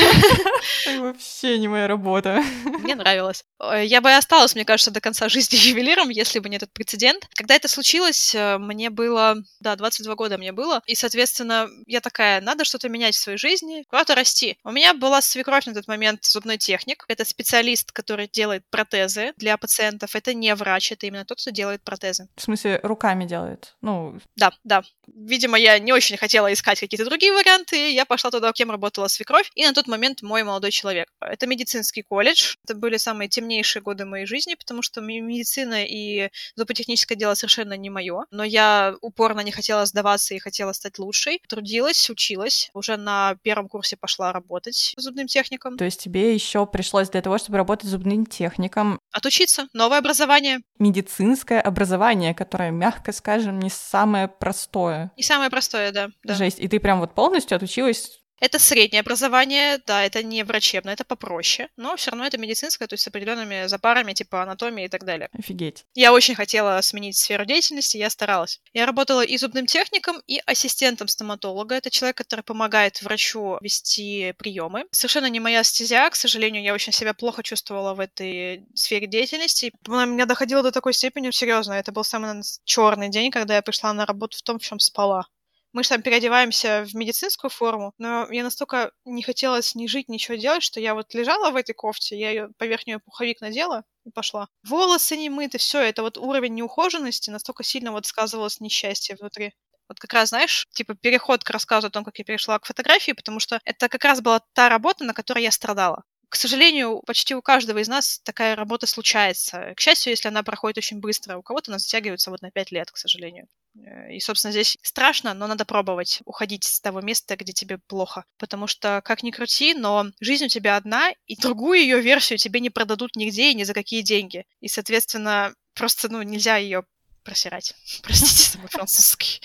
Вообще не моя работа. Мне нравилось. Я бы и осталась, мне кажется, до конца жизни ювелиром, если бы не этот прецедент. Когда это случилось, мне было... Да, двадцать два года мне было. И, соответственно, я такая, надо что-то менять в своей жизни, куда-то расти. У меня была свекровь на тот момент зубной техник. Это специалист, который делает протезы для пациентов. Это не врач, это именно тот, кто делает протезы. В смысле, руками делает? Ну... Да, да. Видимо, я не очень хотела искать какие-то другие варианты, и я пошла туда, кем работала свекровь, и на тот момент мой молодой человек. Это медицинский колледж. Это были самые темнейшие годы моей жизни, потому что медицина и зуботехническое дело совершенно не мое. Но я упорно не хотела сдаваться и хотела стать лучшей. Трудилась, училась. Уже на первом курсе пошла работать зубным техником. То есть тебе еще пришлось для того, чтобы работать зубным техником... Отучиться. Новое образование. Медицинское образование, которое, мягко скажем, не самое простое. Не самое простое, да. да. Жесть. И ты прям вот полностью отучилась... Это среднее образование, да, это не врачебное, это попроще, но все равно это медицинское, то есть с определенными запарами, типа анатомии и так далее. Офигеть. Я очень хотела сменить сферу деятельности, я старалась. Я работала и зубным техником, и ассистентом стоматолога. Это человек, который помогает врачу вести приемы. Совершенно не моя стезя, к сожалению, я очень себя плохо чувствовала в этой сфере деятельности. Она меня доходила до такой степени, серьезно, это был самый черный день, когда я пришла на работу в том, в чем спала. Мы же там переодеваемся в медицинскую форму, но я настолько не хотела ни жить, ничего делать, что я вот лежала в этой кофте, я ее поверх нее пуховик надела и пошла. Волосы не мыты, все это вот уровень неухоженности настолько сильно вот сказывалось несчастье внутри. Вот как раз, знаешь, типа переход к рассказу о том, как я перешла к фотографии, потому что это как раз была та работа, на которой я страдала. К сожалению, почти у каждого из нас такая работа случается. К счастью, если она проходит очень быстро, у кого-то она затягивается вот на пять лет, к сожалению. И, собственно, здесь страшно, но надо пробовать уходить с того места, где тебе плохо. Потому что, как ни крути, но жизнь у тебя одна, и другую ее версию тебе не продадут нигде и ни за какие деньги. И, соответственно, просто, ну, нельзя ее просирать. Простите за мой французский.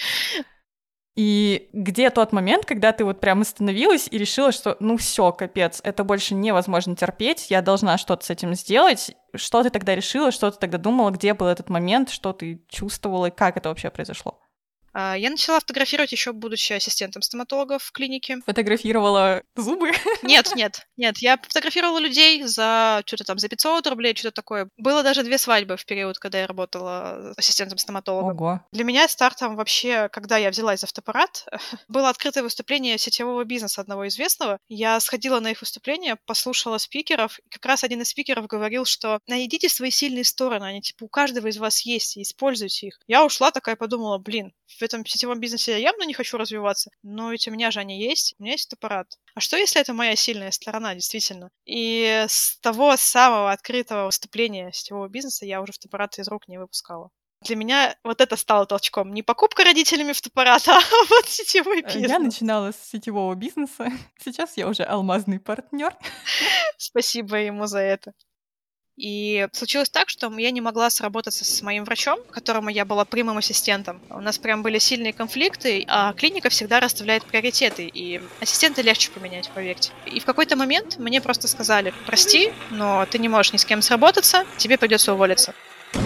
И где тот момент, когда ты вот прям остановилась и решила, что ну все, капец, это больше невозможно терпеть, я должна что-то с этим сделать? Что ты тогда решила, что ты тогда думала, где был этот момент, что ты чувствовала и как это вообще произошло? Я начала фотографировать еще будучи ассистентом стоматолога в клинике. Фотографировала зубы? Нет, нет, нет. Я фотографировала людей за что-то там, за пятьсот рублей, что-то такое. Было даже две свадьбы в период, когда я работала ассистентом стоматолога. Ого. Для меня стартом вообще, когда я взялась за фотоаппарат, было открытое выступление сетевого бизнеса одного известного. Я сходила на их выступление, послушала спикеров, и как раз один из спикеров говорил, что найдите свои сильные стороны, они типа у каждого из вас есть, и используйте их. Я ушла такая, подумала, блин, в этом сетевом бизнесе я явно не хочу развиваться, но ведь у меня же они есть, у меня есть аппарат. А что, если это моя сильная сторона, действительно? И с того самого открытого выступления сетевого бизнеса я уже фотоаппараты из рук не выпускала. Для меня вот это стало толчком. Не покупка родителями фотоаппарата, а вот сетевой бизнес. Я начинала с сетевого бизнеса, сейчас я уже алмазный партнер. Спасибо ему за это. И случилось так, что я не могла сработаться с моим врачом, которому я была прямым ассистентом. У нас прям были сильные конфликты, а клиника всегда расставляет приоритеты, и ассистента легче поменять, поверьте. И в какой-то момент мне просто сказали: прости, но ты не можешь ни с кем сработаться, тебе придется уволиться.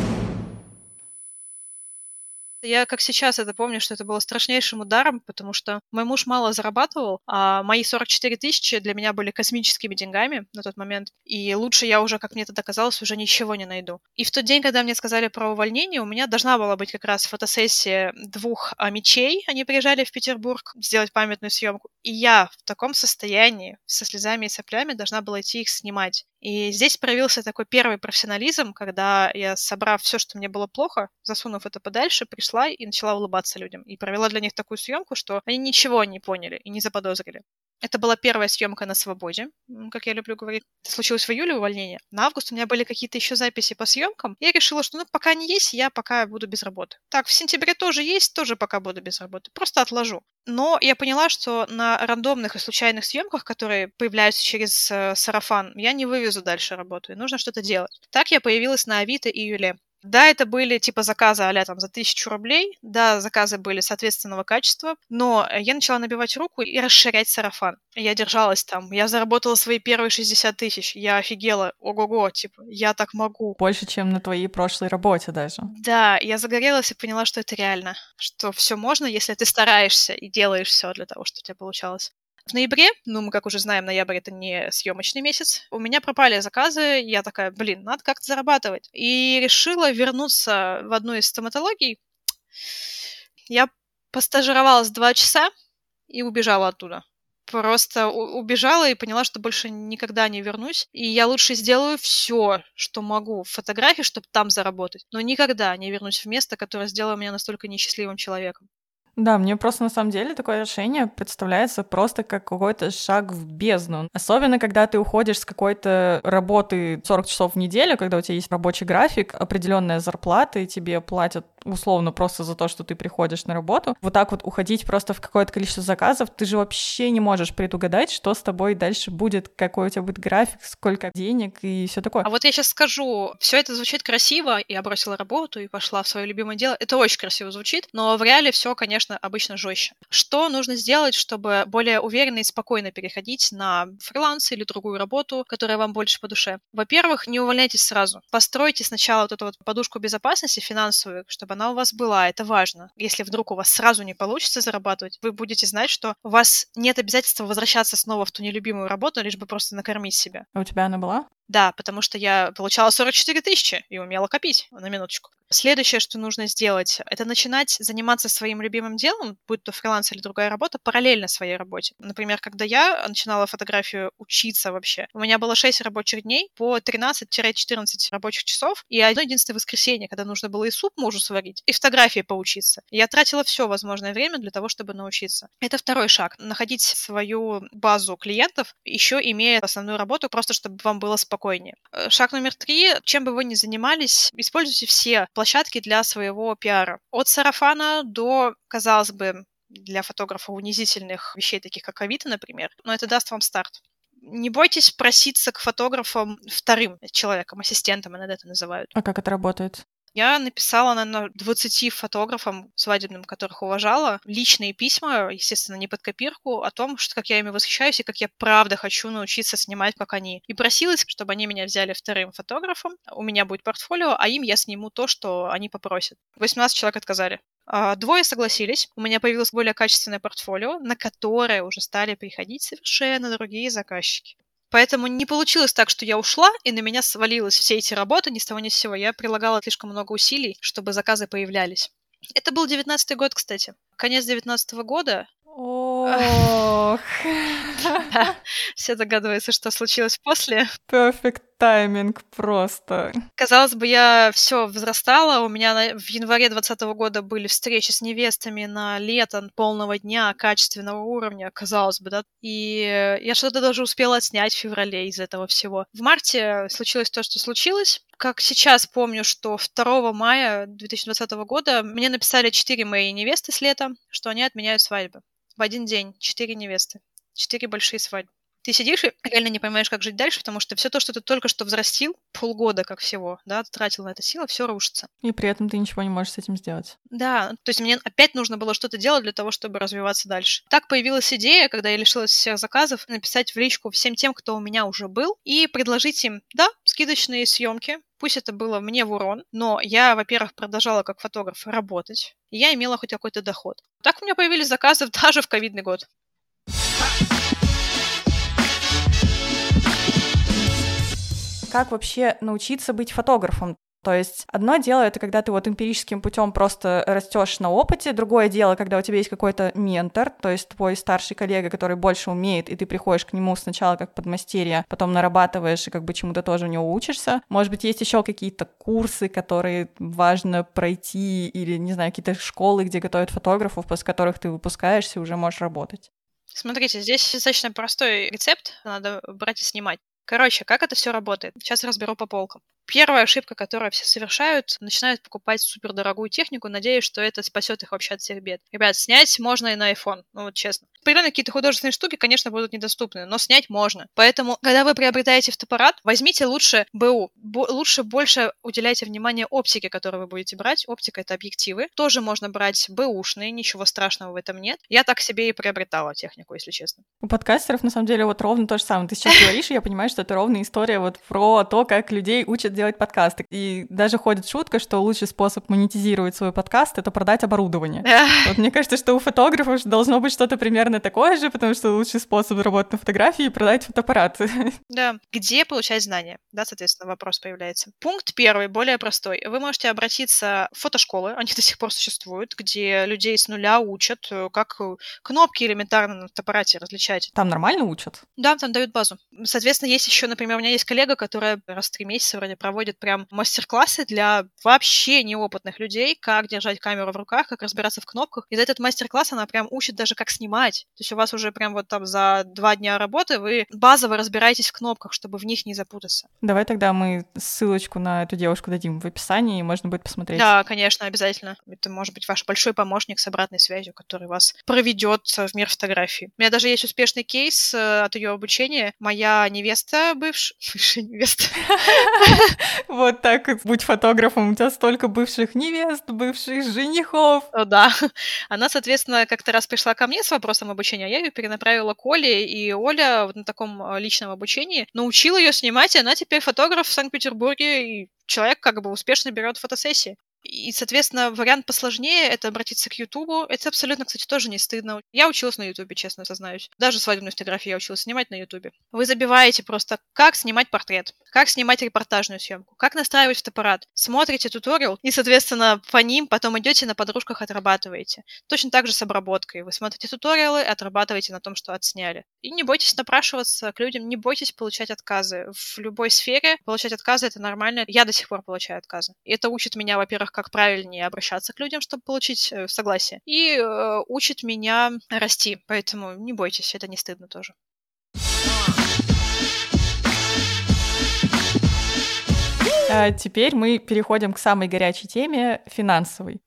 Я как сейчас это помню, что это было страшнейшим ударом, потому что мой муж мало зарабатывал, а мои сорок четыре тысячи для меня были космическими деньгами на тот момент, и лучше я уже, как мне тогда казалось, уже ничего не найду. И в тот день, когда мне сказали про увольнение, у меня должна была быть как раз фотосессия двух а, мечей, они приезжали в Петербург сделать памятную съемку, и я в таком состоянии, со слезами и соплями, должна была идти их снимать. И здесь проявился такой первый профессионализм, когда я, собрав все, что мне было плохо, засунув это подальше, пришла и начала улыбаться людям. И провела для них такую съемку, что они ничего не поняли и не заподозрили. Это была первая съемка на свободе, как я люблю говорить. Это случилось в июле, увольнение. На август у меня были какие-то еще записи по съемкам. Я решила, что ну пока не есть, я пока буду без работы. Так, в сентябре тоже есть, тоже пока буду без работы. Просто отложу. Но я поняла, что на рандомных и случайных съемках, которые появляются через э, сарафан, я не вывезу дальше работу, и нужно что-то делать. Так я появилась на Авито и Юле. Да, это были типа заказы а-ля там за тысячу рублей, да, заказы были соответственного качества, но я начала набивать руку и расширять сарафан. Я держалась там, я заработала свои первые шестьдесят тысяч, я офигела, ого-го, типа, я так могу. Больше, чем на твоей прошлой работе даже. Да, я загорелась и поняла, что это реально, что все можно, если ты стараешься и делаешь все для того, чтобы у тебя получалось. В ноябре, ну, мы, как уже знаем, ноябрь — это не съемочный месяц, у меня пропали заказы, я такая, блин, надо как-то зарабатывать. И решила вернуться в одну из стоматологий. Я постажировалась два часа и убежала оттуда. Просто у- убежала и поняла, что больше никогда не вернусь. И я лучше сделаю все, что могу в фотографии, чтобы там заработать. Но никогда не вернусь в место, которое сделало меня настолько несчастливым человеком. Да, мне просто на самом деле такое решение представляется просто как какой-то шаг в бездну. Особенно, когда ты уходишь с какой-то работы сорок часов в неделю, когда у тебя есть рабочий график, определенная зарплата, и тебе платят условно просто за то, что ты приходишь на работу. Вот так вот уходить просто в какое-то количество заказов, ты же вообще не можешь предугадать, что с тобой дальше будет, какой у тебя будет график, сколько денег и все такое. А вот я сейчас скажу, все это звучит красиво, я бросила работу и пошла в свое любимое дело. Это очень красиво звучит, но в реале все, конечно, обычно жестче. Что нужно сделать, чтобы более уверенно и спокойно переходить на фриланс или другую работу, которая вам больше по душе? Во-первых, не увольняйтесь сразу. Постройте сначала вот эту вот подушку безопасности финансовую, чтобы она у вас была. Это важно. Если вдруг у вас сразу не получится зарабатывать, вы будете знать, что у вас нет обязательства возвращаться снова в ту нелюбимую работу, лишь бы просто накормить себя. А у тебя она была? Да, потому что я получала сорок четыре тысячи и умела копить, на минуточку. Следующее, что нужно сделать, это начинать заниматься своим любимым делом, будь то фриланс или другая работа, параллельно своей работе. Например, когда я начинала фотографию учиться вообще, у меня было шесть рабочих дней по тринадцать-четырнадцать рабочих часов, и одно единственное воскресенье, когда нужно было и суп мужу сварить, и фотографии поучиться. Я тратила все возможное время для того, чтобы научиться. Это второй шаг. Находить свою базу клиентов, еще имея основную работу, просто чтобы вам было спокойнее. Шаг номер три. Чем бы вы ни занимались, используйте все площадки для своего пиара. От сарафана до, казалось бы, для фотографа унизительных вещей, таких как Авито, например, но это даст вам старт. Не бойтесь проситься к фотографам вторым человеком, ассистентом иногда это называют. А как это работает? Я написала, наверное, двадцати фотографам свадебным, которых уважала, личные письма, естественно, не под копирку, о том, что как я ими восхищаюсь и как я правда хочу научиться снимать, как они. И просилась, чтобы они меня взяли вторым фотографом. У меня будет портфолио, а им я сниму то, что они попросят. восемнадцать человек отказали. Двое согласились. У меня появилось более качественное портфолио, на которое уже стали приходить совершенно другие заказчики. Поэтому не получилось так, что я ушла, и на меня свалилось все эти работы ни с того ни с сего. Я прилагала слишком много усилий, чтобы заказы появлялись. Это был девятнадцатый год, кстати. Конец девятнадцатого года. Ох. Да, все догадываются, что случилось после. Perfect тайминг просто. Казалось бы, я все взрастала. У меня на- в январе двадцатого года были встречи с невестами на лето полного дня, качественного уровня, казалось бы, да. И я что-то даже успела отснять в феврале из этого всего. В марте случилось то, что случилось. Как сейчас помню, что второго мая две тысячи двадцатого года мне написали четыре мои невесты с лета, что они отменяют свадьбы. В один день четыре невесты. Четыре большие свадьбы. Ты сидишь и реально не понимаешь, как жить дальше, потому что все то, что ты только что взрастил, полгода как всего, да, тратил на это силы, все рушится. И при этом ты ничего не можешь с этим сделать. Да, то есть мне опять нужно было что-то делать для того, чтобы развиваться дальше. Так появилась идея, когда я лишилась всех заказов, написать в личку всем тем, кто у меня уже был, и предложить им, да, скидочные съемки. Пусть это было мне в урон, но я, во-первых, продолжала как фотограф работать, и я имела хоть какой-то доход. Так у меня появились заказы даже в ковидный год. Как вообще научиться быть фотографом? То есть одно дело — это когда ты вот эмпирическим путем просто растешь на опыте, другое дело, когда у тебя есть какой-то ментор, то есть твой старший коллега, который больше умеет, и ты приходишь к нему сначала как подмастерье, потом нарабатываешь и как бы чему-то тоже у него учишься. Может быть, есть еще какие-то курсы, которые важно пройти, или, не знаю, какие-то школы, где готовят фотографов, после которых ты выпускаешься и уже можешь работать. Смотрите, здесь достаточно простой рецепт, надо брать и снимать. Короче, как это все работает? Сейчас разберу по полкам. Первая ошибка, которую все совершают, начинают покупать супердорогую технику, надеясь, что это спасет их вообще от всех бед. Ребят, снять можно и на iPhone, ну вот честно. Примерно какие-то художественные штуки, конечно, будут недоступны, но снять можно. Поэтому, когда вы приобретаете фотоаппарат, возьмите лучше БУ. Бо- лучше больше уделяйте внимание оптике, которую вы будете брать. Оптика — это объективы. Тоже можно брать бэушные, ничего страшного в этом нет. Я так себе и приобретала технику, если честно. У подкастеров, на самом деле, вот ровно то же самое. Ты сейчас говоришь, и я понимаю, что это ровная история вот про то, как людей учат делать подкасты. И даже ходит шутка, что лучший способ монетизировать свой подкаст — это продать оборудование. Вот мне кажется, что у фотографов должно быть что-то примерно такое же, потому что лучший способ работать на фотографии — продать фотоаппарат. Да. Где получать знания? Да, соответственно, вопрос появляется. Пункт первый, более простой. Вы можете обратиться в фотошколы, они до сих пор существуют, где людей с нуля учат, как кнопки элементарно на фотоаппарате различать. Там нормально учат? Да, там дают базу. Соответственно, есть еще, например, у меня есть коллега, которая раз в три месяца вроде проводит прям мастер-классы для вообще неопытных людей, как держать камеру в руках, как разбираться в кнопках. И за этот мастер-класс она прям учит даже, как снимать. То есть у вас уже прям вот там за два дня работы вы базово разбираетесь в кнопках, чтобы в них не запутаться. Давай тогда мы ссылочку на эту девушку дадим в описании, и можно будет посмотреть. Да, конечно, обязательно. Это может быть ваш большой помощник с обратной связью, который вас проведет в мир фотографии. У меня даже есть успешный кейс от ее обучения. Моя невеста, бывшая, бывшая невеста. Вот так, будь фотографом, у тебя столько бывших невест, бывших женихов. Да. Она, соответственно, как-то раз пришла ко мне с вопросом обучения, а я ее перенаправила к Оле, и Оля на таком личном обучении научила ее снимать, и она теперь фотограф в Санкт-Петербурге, и человек как бы успешно берет фотосессии. И, соответственно, вариант посложнее — это обратиться к Ютубу. Это абсолютно, кстати, тоже не стыдно. Я училась на Ютубе, честно сознаюсь. Даже свадебную фотографию я училась снимать на Ютубе. Вы забиваете просто, как снимать портрет, как снимать репортажную съемку, как настраивать фотоаппарат. Смотрите туториал и, соответственно, по ним потом идете на подружках, отрабатываете. Точно так же с обработкой. Вы смотрите туториалы, отрабатываете на том, что отсняли. И не бойтесь напрашиваться к людям, не бойтесь получать отказы. В любой сфере получать отказы — это нормально. Я до сих пор получаю отказы. И это учит меня, во-первых, как правильнее обращаться к людям, чтобы получить э, согласие. И э, учит меня расти. Поэтому не бойтесь, это не стыдно тоже. А теперь мы переходим к самой горячей теме — финансовой.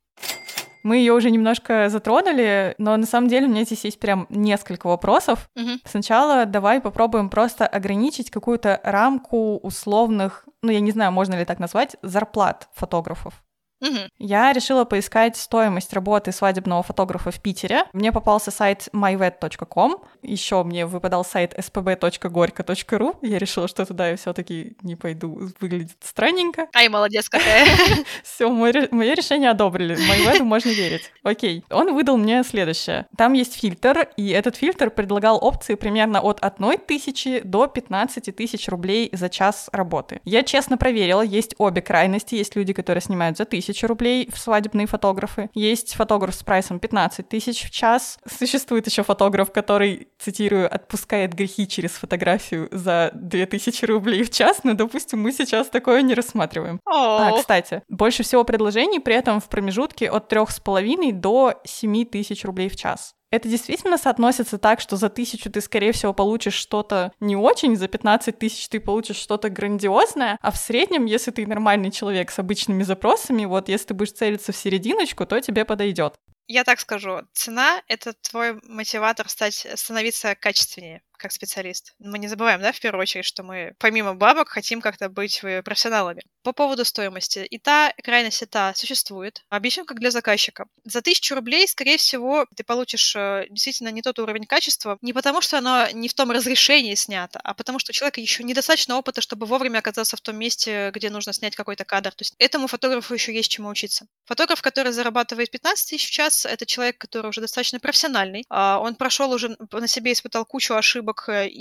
Мы ее уже немножко затронули, но на самом деле у меня здесь есть прям несколько вопросов. Угу. Сначала давай попробуем просто ограничить какую-то рамку условных, ну, я не знаю, можно ли так назвать, зарплат фотографов. Угу. Я решила поискать стоимость работы свадебного фотографа в Питере. Мне попался сайт май вед точка ком, еще мне выпадал сайт эс пэ бэ точка горько точка ру. Я решила, что туда я все-таки не пойду, выглядит странненько. Ай, молодец какая. Все, мое решение одобрили, MyWed можно верить. Окей, он выдал мне следующее. Там есть фильтр, и этот фильтр предлагал опции примерно от одной тысячи до пятнадцати тысяч рублей за час работы. Я честно проверила, есть обе крайности. Есть люди, которые снимают за тысячу рублей, в свадебные фотографы. Есть фотограф с прайсом пятнадцать тысяч в час. Существует еще фотограф, который, цитирую, отпускает грехи через фотографию за две тысячи рублей в час, но, допустим, мы сейчас такое не рассматриваем. А, кстати, больше всего предложений при этом в промежутке от трех с половиной до семи тысяч рублей в час. Это действительно соотносится так, что за тысячу ты, скорее всего, получишь что-то не очень, за пятнадцать тысяч ты получишь что-то грандиозное, а в среднем, если ты нормальный человек с обычными запросами, вот если ты будешь целиться в серединочку, то тебе подойдет. Я так скажу, цена — это твой мотиватор стать, становиться качественнее как специалист. Мы не забываем, да, в первую очередь, что мы помимо бабок хотим как-то быть профессионалами. По поводу стоимости. И та крайность, и та существует. Объясню, как для заказчика. За тысячу рублей, скорее всего, ты получишь действительно не тот уровень качества, не потому что оно не в том разрешении снято, а потому что у человека еще недостаточно опыта, чтобы вовремя оказаться в том месте, где нужно снять какой-то кадр. То есть этому фотографу еще есть чему учиться. Фотограф, который зарабатывает пятнадцать тысяч в час, это человек, который уже достаточно профессиональный. Он прошел уже, на себе испытал кучу ошибок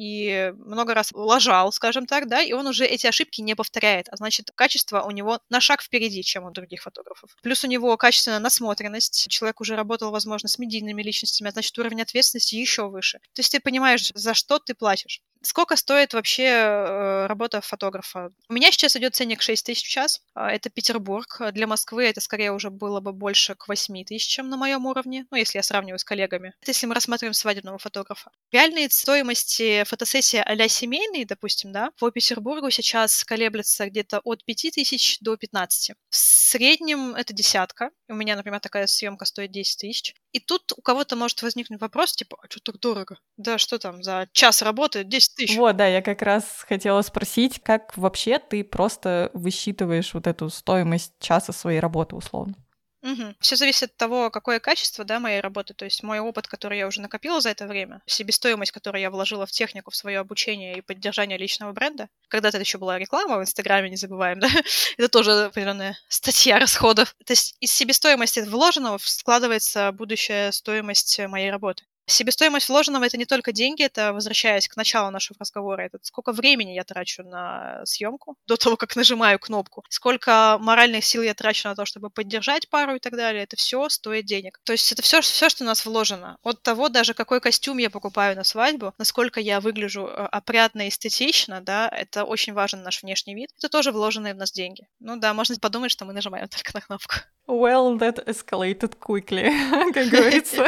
и много раз лажал, скажем так, да, и он уже эти ошибки не повторяет, а значит, качество у него на шаг впереди, чем у других фотографов. Плюс у него качественная насмотренность, человек уже работал, возможно, с медийными личностями, а значит, уровень ответственности еще выше. То есть ты понимаешь, за что ты платишь. Сколько стоит вообще э, работа фотографа? У меня сейчас идет ценник шесть тысяч в час. Это Петербург. Для Москвы это скорее уже было бы больше к восьми тысячам на моем уровне, ну, если я сравниваю с коллегами. Это если мы рассматриваем свадебного фотографа. Реальные стоимости фотосессии а-ля семейные, допустим, да, по Петербургу сейчас колеблется где-то от пяти тысяч до пятнадцати. В среднем это десятка. У меня, например, такая съемка стоит десять тысяч. И тут у кого-то может возникнуть вопрос, типа, а что так дорого? Да что там, за час работы десять тысяч. Вот, да, я как раз хотела спросить, как вообще ты просто высчитываешь вот эту стоимость часа своей работы условно? Угу. Все зависит от того, какое качество, да, моей работы, то есть мой опыт, который я уже накопила за это время, себестоимость, которую я вложила в технику, в свое обучение и поддержание личного бренда. Когда-то это еще была реклама в Инстаграме, не забываем, да, это тоже определенная статья расходов. То есть из себестоимости вложенного складывается будущая стоимость моей работы. Себестоимость вложенного — это не только деньги, это, возвращаясь к началу нашего разговора, это сколько времени я трачу на съемку до того, как нажимаю кнопку, сколько моральных сил я трачу на то, чтобы поддержать пару и так далее. Это все стоит денег. То есть это все, все, что у нас вложено. От того, даже какой костюм я покупаю на свадьбу, насколько я выгляжу опрятно и эстетично, да, это очень важен наш внешний вид. Это тоже вложенные в нас деньги. Ну да, можно подумать, что мы нажимаем только на кнопку. Well, that escalated quickly, как говорится.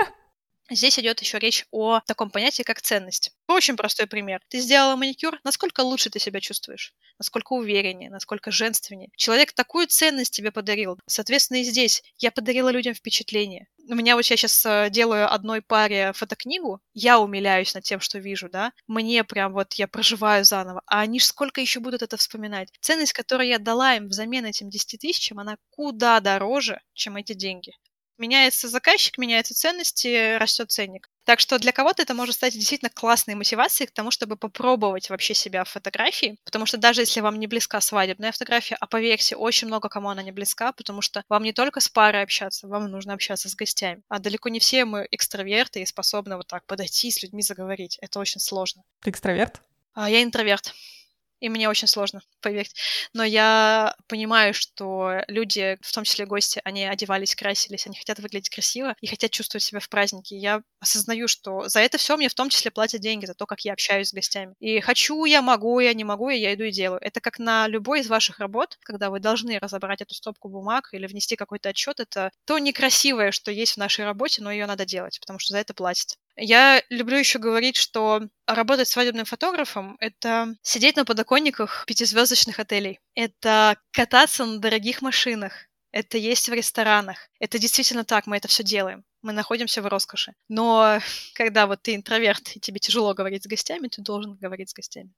Здесь идет еще речь о таком понятии, как ценность. Очень простой пример. Ты сделала маникюр, насколько лучше ты себя чувствуешь? Насколько увереннее, насколько женственнее? Человек такую ценность тебе подарил. Соответственно, и здесь я подарила людям впечатление. У меня вот я сейчас делаю одной паре фотокнигу, я умиляюсь над тем, что вижу, да? Мне прям вот я проживаю заново. А они ж сколько еще будут это вспоминать? Ценность, которую я дала им взамен этим десяти тысячам, она куда дороже, чем эти деньги. Меняется заказчик, меняются ценности, растет ценник. Так что для кого-то это может стать действительно классной мотивацией к тому, чтобы попробовать вообще себя в фотографии, потому что даже если вам не близка свадебная фотография, а поверьте, очень много кому она не близка, потому что вам не только с парой общаться, вам нужно общаться с гостями. А далеко не все мы экстраверты и способны вот так подойти с людьми заговорить. Это очень сложно. Ты экстраверт? А я интроверт. И мне очень сложно, поверьте. Но я понимаю, что люди, в том числе гости, они одевались, красились, они хотят выглядеть красиво и хотят чувствовать себя в празднике. Я осознаю, что за это все мне в том числе платят деньги, за то, как я общаюсь с гостями. И хочу я, могу я, не могу я, я иду и делаю. Это как на любой из ваших работ, когда вы должны разобрать эту стопку бумаг или внести какой-то отчет. Это то некрасивое, что есть в нашей работе, но ее надо делать, потому что за это платят. Я люблю еще говорить, что работать свадебным фотографом — это сидеть на подоконниках пятизвездочных отелей, это кататься на дорогих машинах, это есть в ресторанах. Это действительно так, мы это все делаем. Мы находимся в роскоши. Но когда вот ты интроверт, и тебе тяжело говорить с гостями, ты должен говорить с гостями.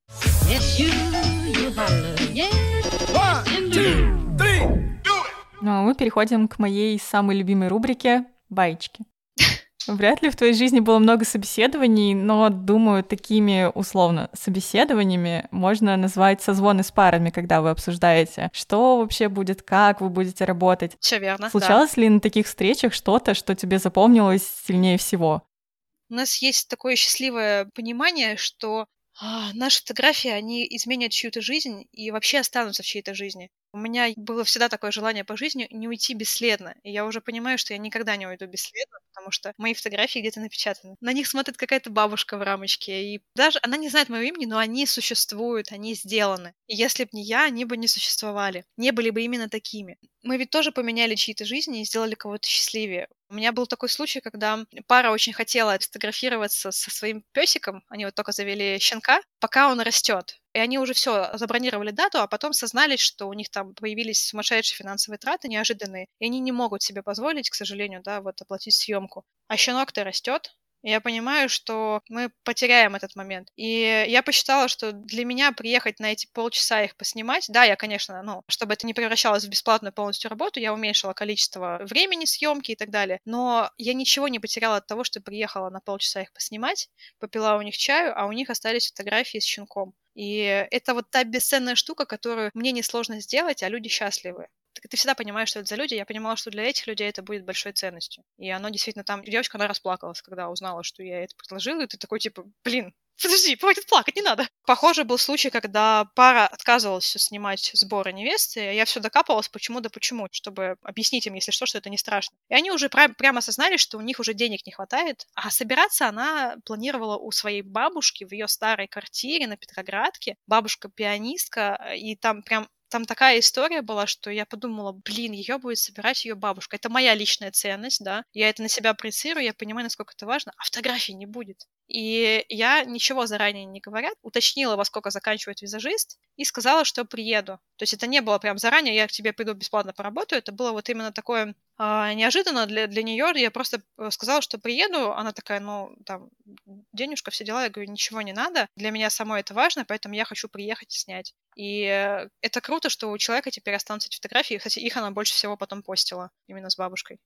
Yes, you, you yes, One, two, three, ну а мы переходим к моей самой любимой рубрике «Баечки». Вряд ли в твоей жизни было много собеседований, но, думаю, такими, условно, собеседованиями можно назвать созвоны с парами, когда вы обсуждаете, что вообще будет, как вы будете работать. Все верно, Случалось да. ли на таких встречах что-то, что тебе запомнилось сильнее всего? У нас есть такое счастливое понимание, что а, наши фотографии, они изменят чью-то жизнь и вообще останутся в чьей-то жизни. У меня было всегда такое желание по жизни не уйти бесследно. И я уже понимаю, что я никогда не уйду бесследно, потому что мои фотографии где-то напечатаны. На них смотрит какая-то бабушка в рамочке. И даже она не знает моего имени, но они существуют, они сделаны. И если бы не я, они бы не существовали. Не были бы именно такими. Мы ведь тоже поменяли чьи-то жизни и сделали кого-то счастливее. У меня был такой случай, когда пара очень хотела сфотографироваться со своим песиком. Они вот только завели щенка, пока он растет. И они уже все забронировали дату, а потом сознались, что у них там появились сумасшедшие финансовые траты неожиданные, и они не могут себе позволить, к сожалению, да, вот оплатить съемку. А щенок-то растет. И я понимаю, что мы потеряем этот момент. И я посчитала, что для меня приехать на эти полчаса их поснимать, да, я, конечно, ну, чтобы это не превращалось в бесплатную полностью работу, я уменьшила количество времени съемки и так далее, но я ничего не потеряла от того, что приехала на полчаса их поснимать, попила у них чаю, а у них остались фотографии с щенком. И это вот та бесценная штука, которую мне несложно сделать, а люди счастливы. Ты всегда понимаешь, что это за люди. Я понимала, что для этих людей это будет большой ценностью. И оно действительно там... Девочка, она расплакалась, когда узнала, что я это предложила, и ты такой, типа, блин, подожди, хватит плакать, не надо. Похоже, был случай, когда пара отказывалась снимать сборы невесты, а я все докапывалась, почему да почему, чтобы объяснить им, если что, что это не страшно. И они уже прям, прямо осознали, что у них уже денег не хватает, а собираться она планировала у своей бабушки в ее старой квартире на Петроградке. Бабушка пианистка, и там прям Там такая история была, что я подумала, блин, ее будет собирать ее бабушка. Это моя личная ценность, да. Я это на себя проецирую, я понимаю, насколько это важно, а фотографий не будет. И я, ничего заранее не говоря, уточнила, во сколько заканчивает визажист, и сказала, что приеду. То есть это не было прям заранее, я к тебе приду бесплатно поработаю, это было вот именно такое а, неожиданно для, для нее. Я просто сказала, что приеду, она такая, ну, там, денежка, все дела. Я говорю, ничего не надо, для меня самой это важно, поэтому я хочу приехать и снять. И это круто, что у человека теперь останутся эти фотографии. Кстати, их она больше всего потом постила, именно с бабушкой.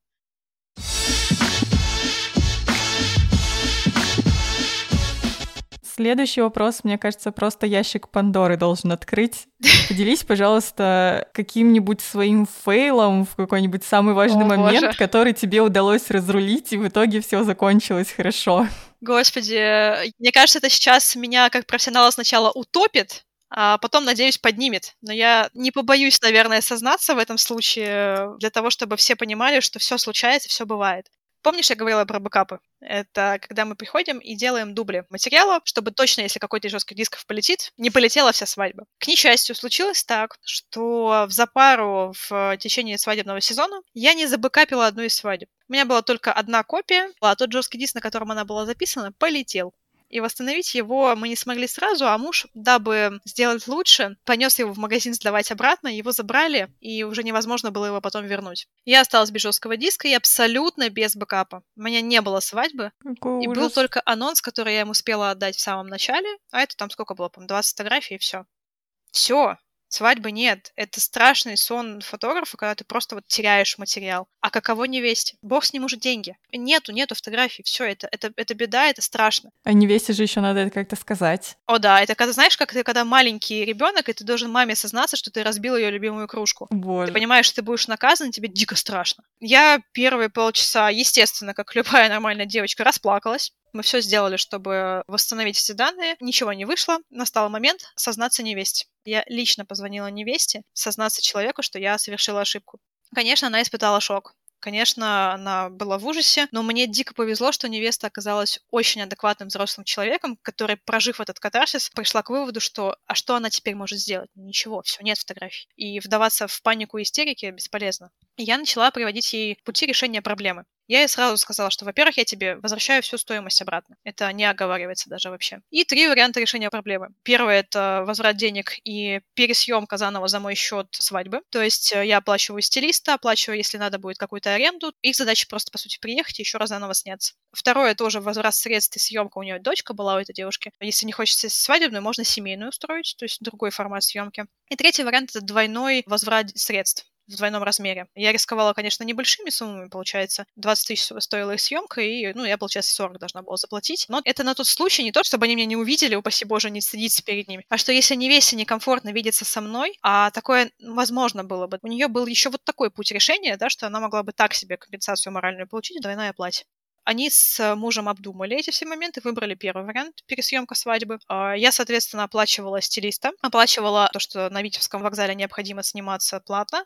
Следующий вопрос, мне кажется, просто ящик Пандоры должен открыть. Поделись, пожалуйста, каким-нибудь своим фейлом в какой-нибудь самый важный О, момент, боже. который тебе удалось разрулить, и в итоге все закончилось хорошо. Господи, мне кажется, это сейчас меня как профессионала сначала утопит, а потом, надеюсь, поднимет. Но я не побоюсь, наверное, сознаться в этом случае для того, чтобы все понимали, что все случается, все бывает. Помнишь, я говорила про бэкапы? Это когда мы приходим и делаем дубли материала, чтобы точно, если какой-то из жестких дисков полетит, не полетела вся свадьба. К несчастью, случилось так, что в запару в течение свадебного сезона я не забэкапила одну из свадеб. У меня была только одна копия, а тот жесткий диск, на котором она была записана, полетел. И восстановить его мы не смогли сразу, а муж, дабы сделать лучше, понес его в магазин сдавать обратно, его забрали, и уже невозможно было его потом вернуть. Я осталась без жесткого диска и абсолютно без бэкапа. У меня не было свадьбы, Какой и ужас. был только анонс, который я им успела отдать в самом начале, а это там сколько было, по-моему, двадцать фотографий, и все. Все. Свадьбы нет. Это страшный сон фотографа, когда ты просто вот теряешь материал. А каково невесте? Бог с ним уже деньги. Нету, нету фотографий. Все, это, это, это беда, это страшно. А невесте же еще надо это как-то сказать. О да, это когда, знаешь, как ты, когда маленький ребенок, и ты должен маме сознаться, что ты разбил ее любимую кружку. Боже. Ты понимаешь, что ты будешь наказан, тебе дико страшно. Я первые полчаса, естественно, как любая нормальная девочка, расплакалась. Мы все сделали, чтобы восстановить эти данные. Ничего не вышло. Настал момент сознаться невесте. Я лично позвонила невесте, сознаться человеку, что я совершила ошибку. Конечно, она испытала шок. Конечно, она была в ужасе, но мне дико повезло, что невеста оказалась очень адекватным взрослым человеком, который, прожив этот катарсис, пришла к выводу, что а что она теперь может сделать? Ничего, все, нет фотографий. И вдаваться в панику и истерики бесполезно. И я начала приводить ей пути решения проблемы. Я ей сразу сказала, что, во-первых, я тебе возвращаю всю стоимость обратно. Это не оговаривается даже вообще. И три варианта решения проблемы. Первый — это возврат денег и пересъемка заново за мой счет свадьбы. То есть я оплачиваю стилиста, оплачиваю, если надо будет, какую-то аренду. Их задача просто, по сути, приехать и еще раз заново сняться. Второе — тоже возврат средств и съемка. У нее дочка была, у этой девушки. Если не хочется свадебную, можно семейную устроить, то есть другой формат съемки. И третий вариант — это двойной возврат средств в двойном размере. Я рисковала, конечно, небольшими суммами, получается. двадцать тысяч стоила их съемка, и, ну, я, получается, сорок должна была заплатить. Но это на тот случай не то, чтобы они меня не увидели, упаси боже, не стыдиться перед ними, а что если невесте некомфортно видеться со мной, а такое возможно было бы. У нее был еще вот такой путь решения, да, что она могла бы так себе компенсацию моральную получить, двойная оплате. Они с мужем обдумали эти все моменты, выбрали первый вариант — пересъемка свадьбы. Я, соответственно, оплачивала стилиста, оплачивала то, что на Витебском вокзале необходимо сниматься платно.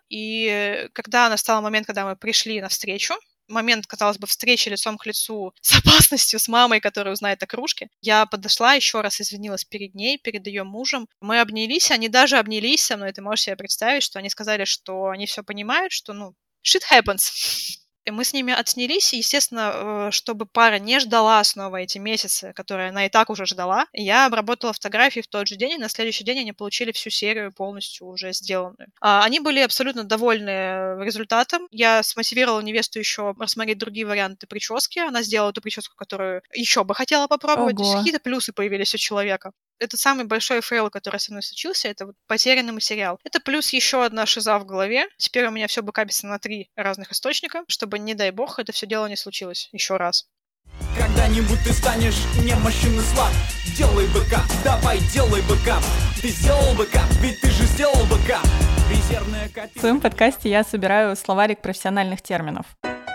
И когда настал момент, когда мы пришли навстречу, момент, казалось бы, встречи лицом к лицу с опасностью, с мамой, которая узнает о кружке, я подошла, еще раз извинилась перед ней, перед ее мужем. Мы обнялись, они даже обнялись со мной, ты можешь себе представить, что они сказали, что они все понимают, что, ну, shit happens. И мы с ними отснялись, и, естественно, чтобы пара не ждала снова эти месяцы, которые она и так уже ждала, я обработала фотографии в тот же день, и на следующий день они получили всю серию полностью уже сделанную. Они были абсолютно довольны результатом. Я смотивировала невесту еще рассмотреть другие варианты прически. Она сделала ту прическу, которую еще бы хотела попробовать. Ого. То есть какие-то плюсы появились у человека. Это самый большой фейл, который со мной случился, это вот потерянный материал. Это плюс еще одна шиза в голове. Теперь у меня все бэкапится на три разных источника, чтобы, не дай бог, это все дело не случилось еще раз. Когда-нибудь ты станешь немощен и слаб. Делай бэкап, давай, делай бэкап. Ты сделал бэкап, ведь ты же сделал бэкап. Резервная копия. В своем подкасте я собираю словарик профессиональных терминов.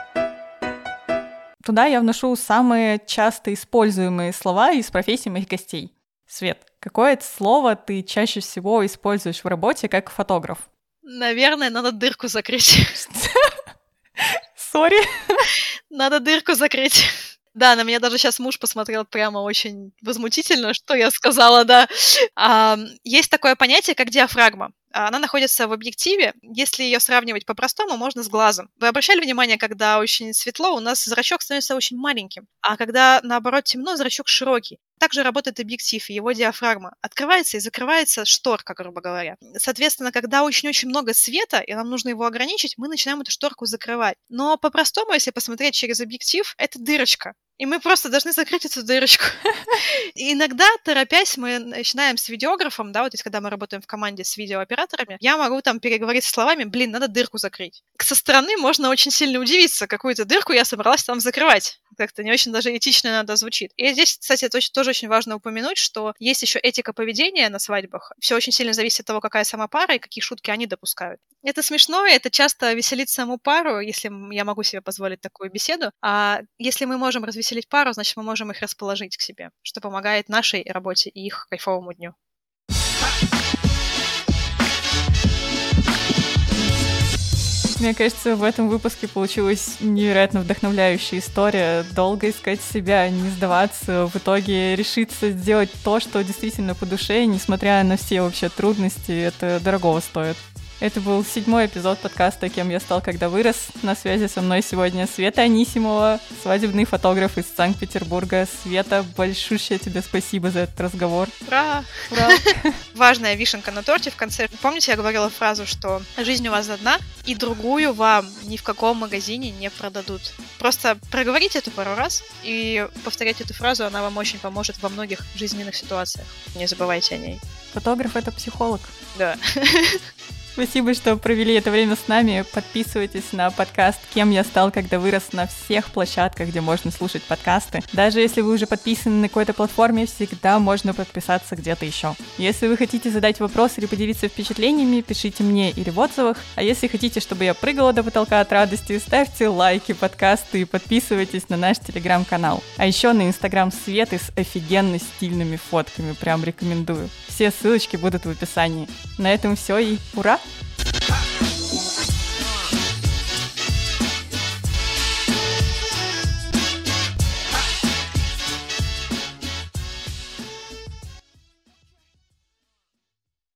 Туда я вношу самые часто используемые слова из профессий моих гостей. Свет, какое слово ты чаще всего используешь в работе как фотограф? Наверное, надо дырку закрыть. Сори. Надо дырку закрыть. Да, на меня даже сейчас муж посмотрел прямо очень возмутительно, что я сказала, да. А, есть такое понятие, как диафрагма. Она находится в объективе. Если ее сравнивать по-простому, можно с глазом. Вы обращали внимание, когда очень светло, у нас зрачок становится очень маленьким, а когда, наоборот, темно, зрачок широкий. Также работает объектив, и его диафрагма. Открывается и закрывается шторка, грубо говоря. Соответственно, когда очень-очень много света, и нам нужно его ограничить, мы начинаем эту шторку закрывать. Но по-простому, если посмотреть через объектив, это дырочка. И мы просто должны закрыть эту дырочку. И иногда, торопясь, мы начинаем с видеографом, да, вот если когда мы работаем в команде с видеооператорами, я могу там переговорить со словами, блин, надо дырку закрыть. Со стороны можно очень сильно удивиться, какую-то дырку я собралась там закрывать. Как-то не очень даже этично иногда звучит. И здесь, кстати, тоже, тоже очень важно упомянуть, что есть еще этика поведения на свадьбах. Все очень сильно зависит от того, какая сама пара и какие шутки они допускают. Это смешно, и это часто веселит саму пару, если я могу себе позволить такую беседу. А если мы можем развеселить пару, значит, мы можем их расположить к себе, что помогает нашей работе и их кайфовому дню. Мне кажется, в этом выпуске получилась невероятно вдохновляющая история. Долго искать себя, не сдаваться, в итоге решиться сделать то, что действительно по душе, несмотря на все вообще трудности, это дорогого стоит. Это был седьмой эпизод подкаста «Кем я стал, когда вырос». На связи со мной сегодня Света Анисимова, свадебный фотограф из Санкт-Петербурга. Света, большущее тебе спасибо за этот разговор. Ура! Ура! Важная вишенка на торте в конце. Помните, я говорила фразу, что жизнь у вас одна, и другую вам ни в каком магазине не продадут. Просто проговорите это пару раз и повторяйте эту фразу, она вам очень поможет во многих жизненных ситуациях. Не забывайте о ней. Фотограф — это психолог. Да. Спасибо, что провели это время с нами. Подписывайтесь на подкаст «Кем я стал, когда вырос» на всех площадках, где можно слушать подкасты. Даже если вы уже подписаны на какой-то платформе, всегда можно подписаться где-то еще. Если вы хотите задать вопрос или поделиться впечатлениями, пишите мне или в отзывах. А если хотите, чтобы я прыгала до потолка от радости, ставьте лайки подкасту и подписывайтесь на наш телеграм-канал. А еще на инстаграм Светы с офигенно стильными фотками. Прям рекомендую. Все ссылочки будут в описании. На этом все и ура!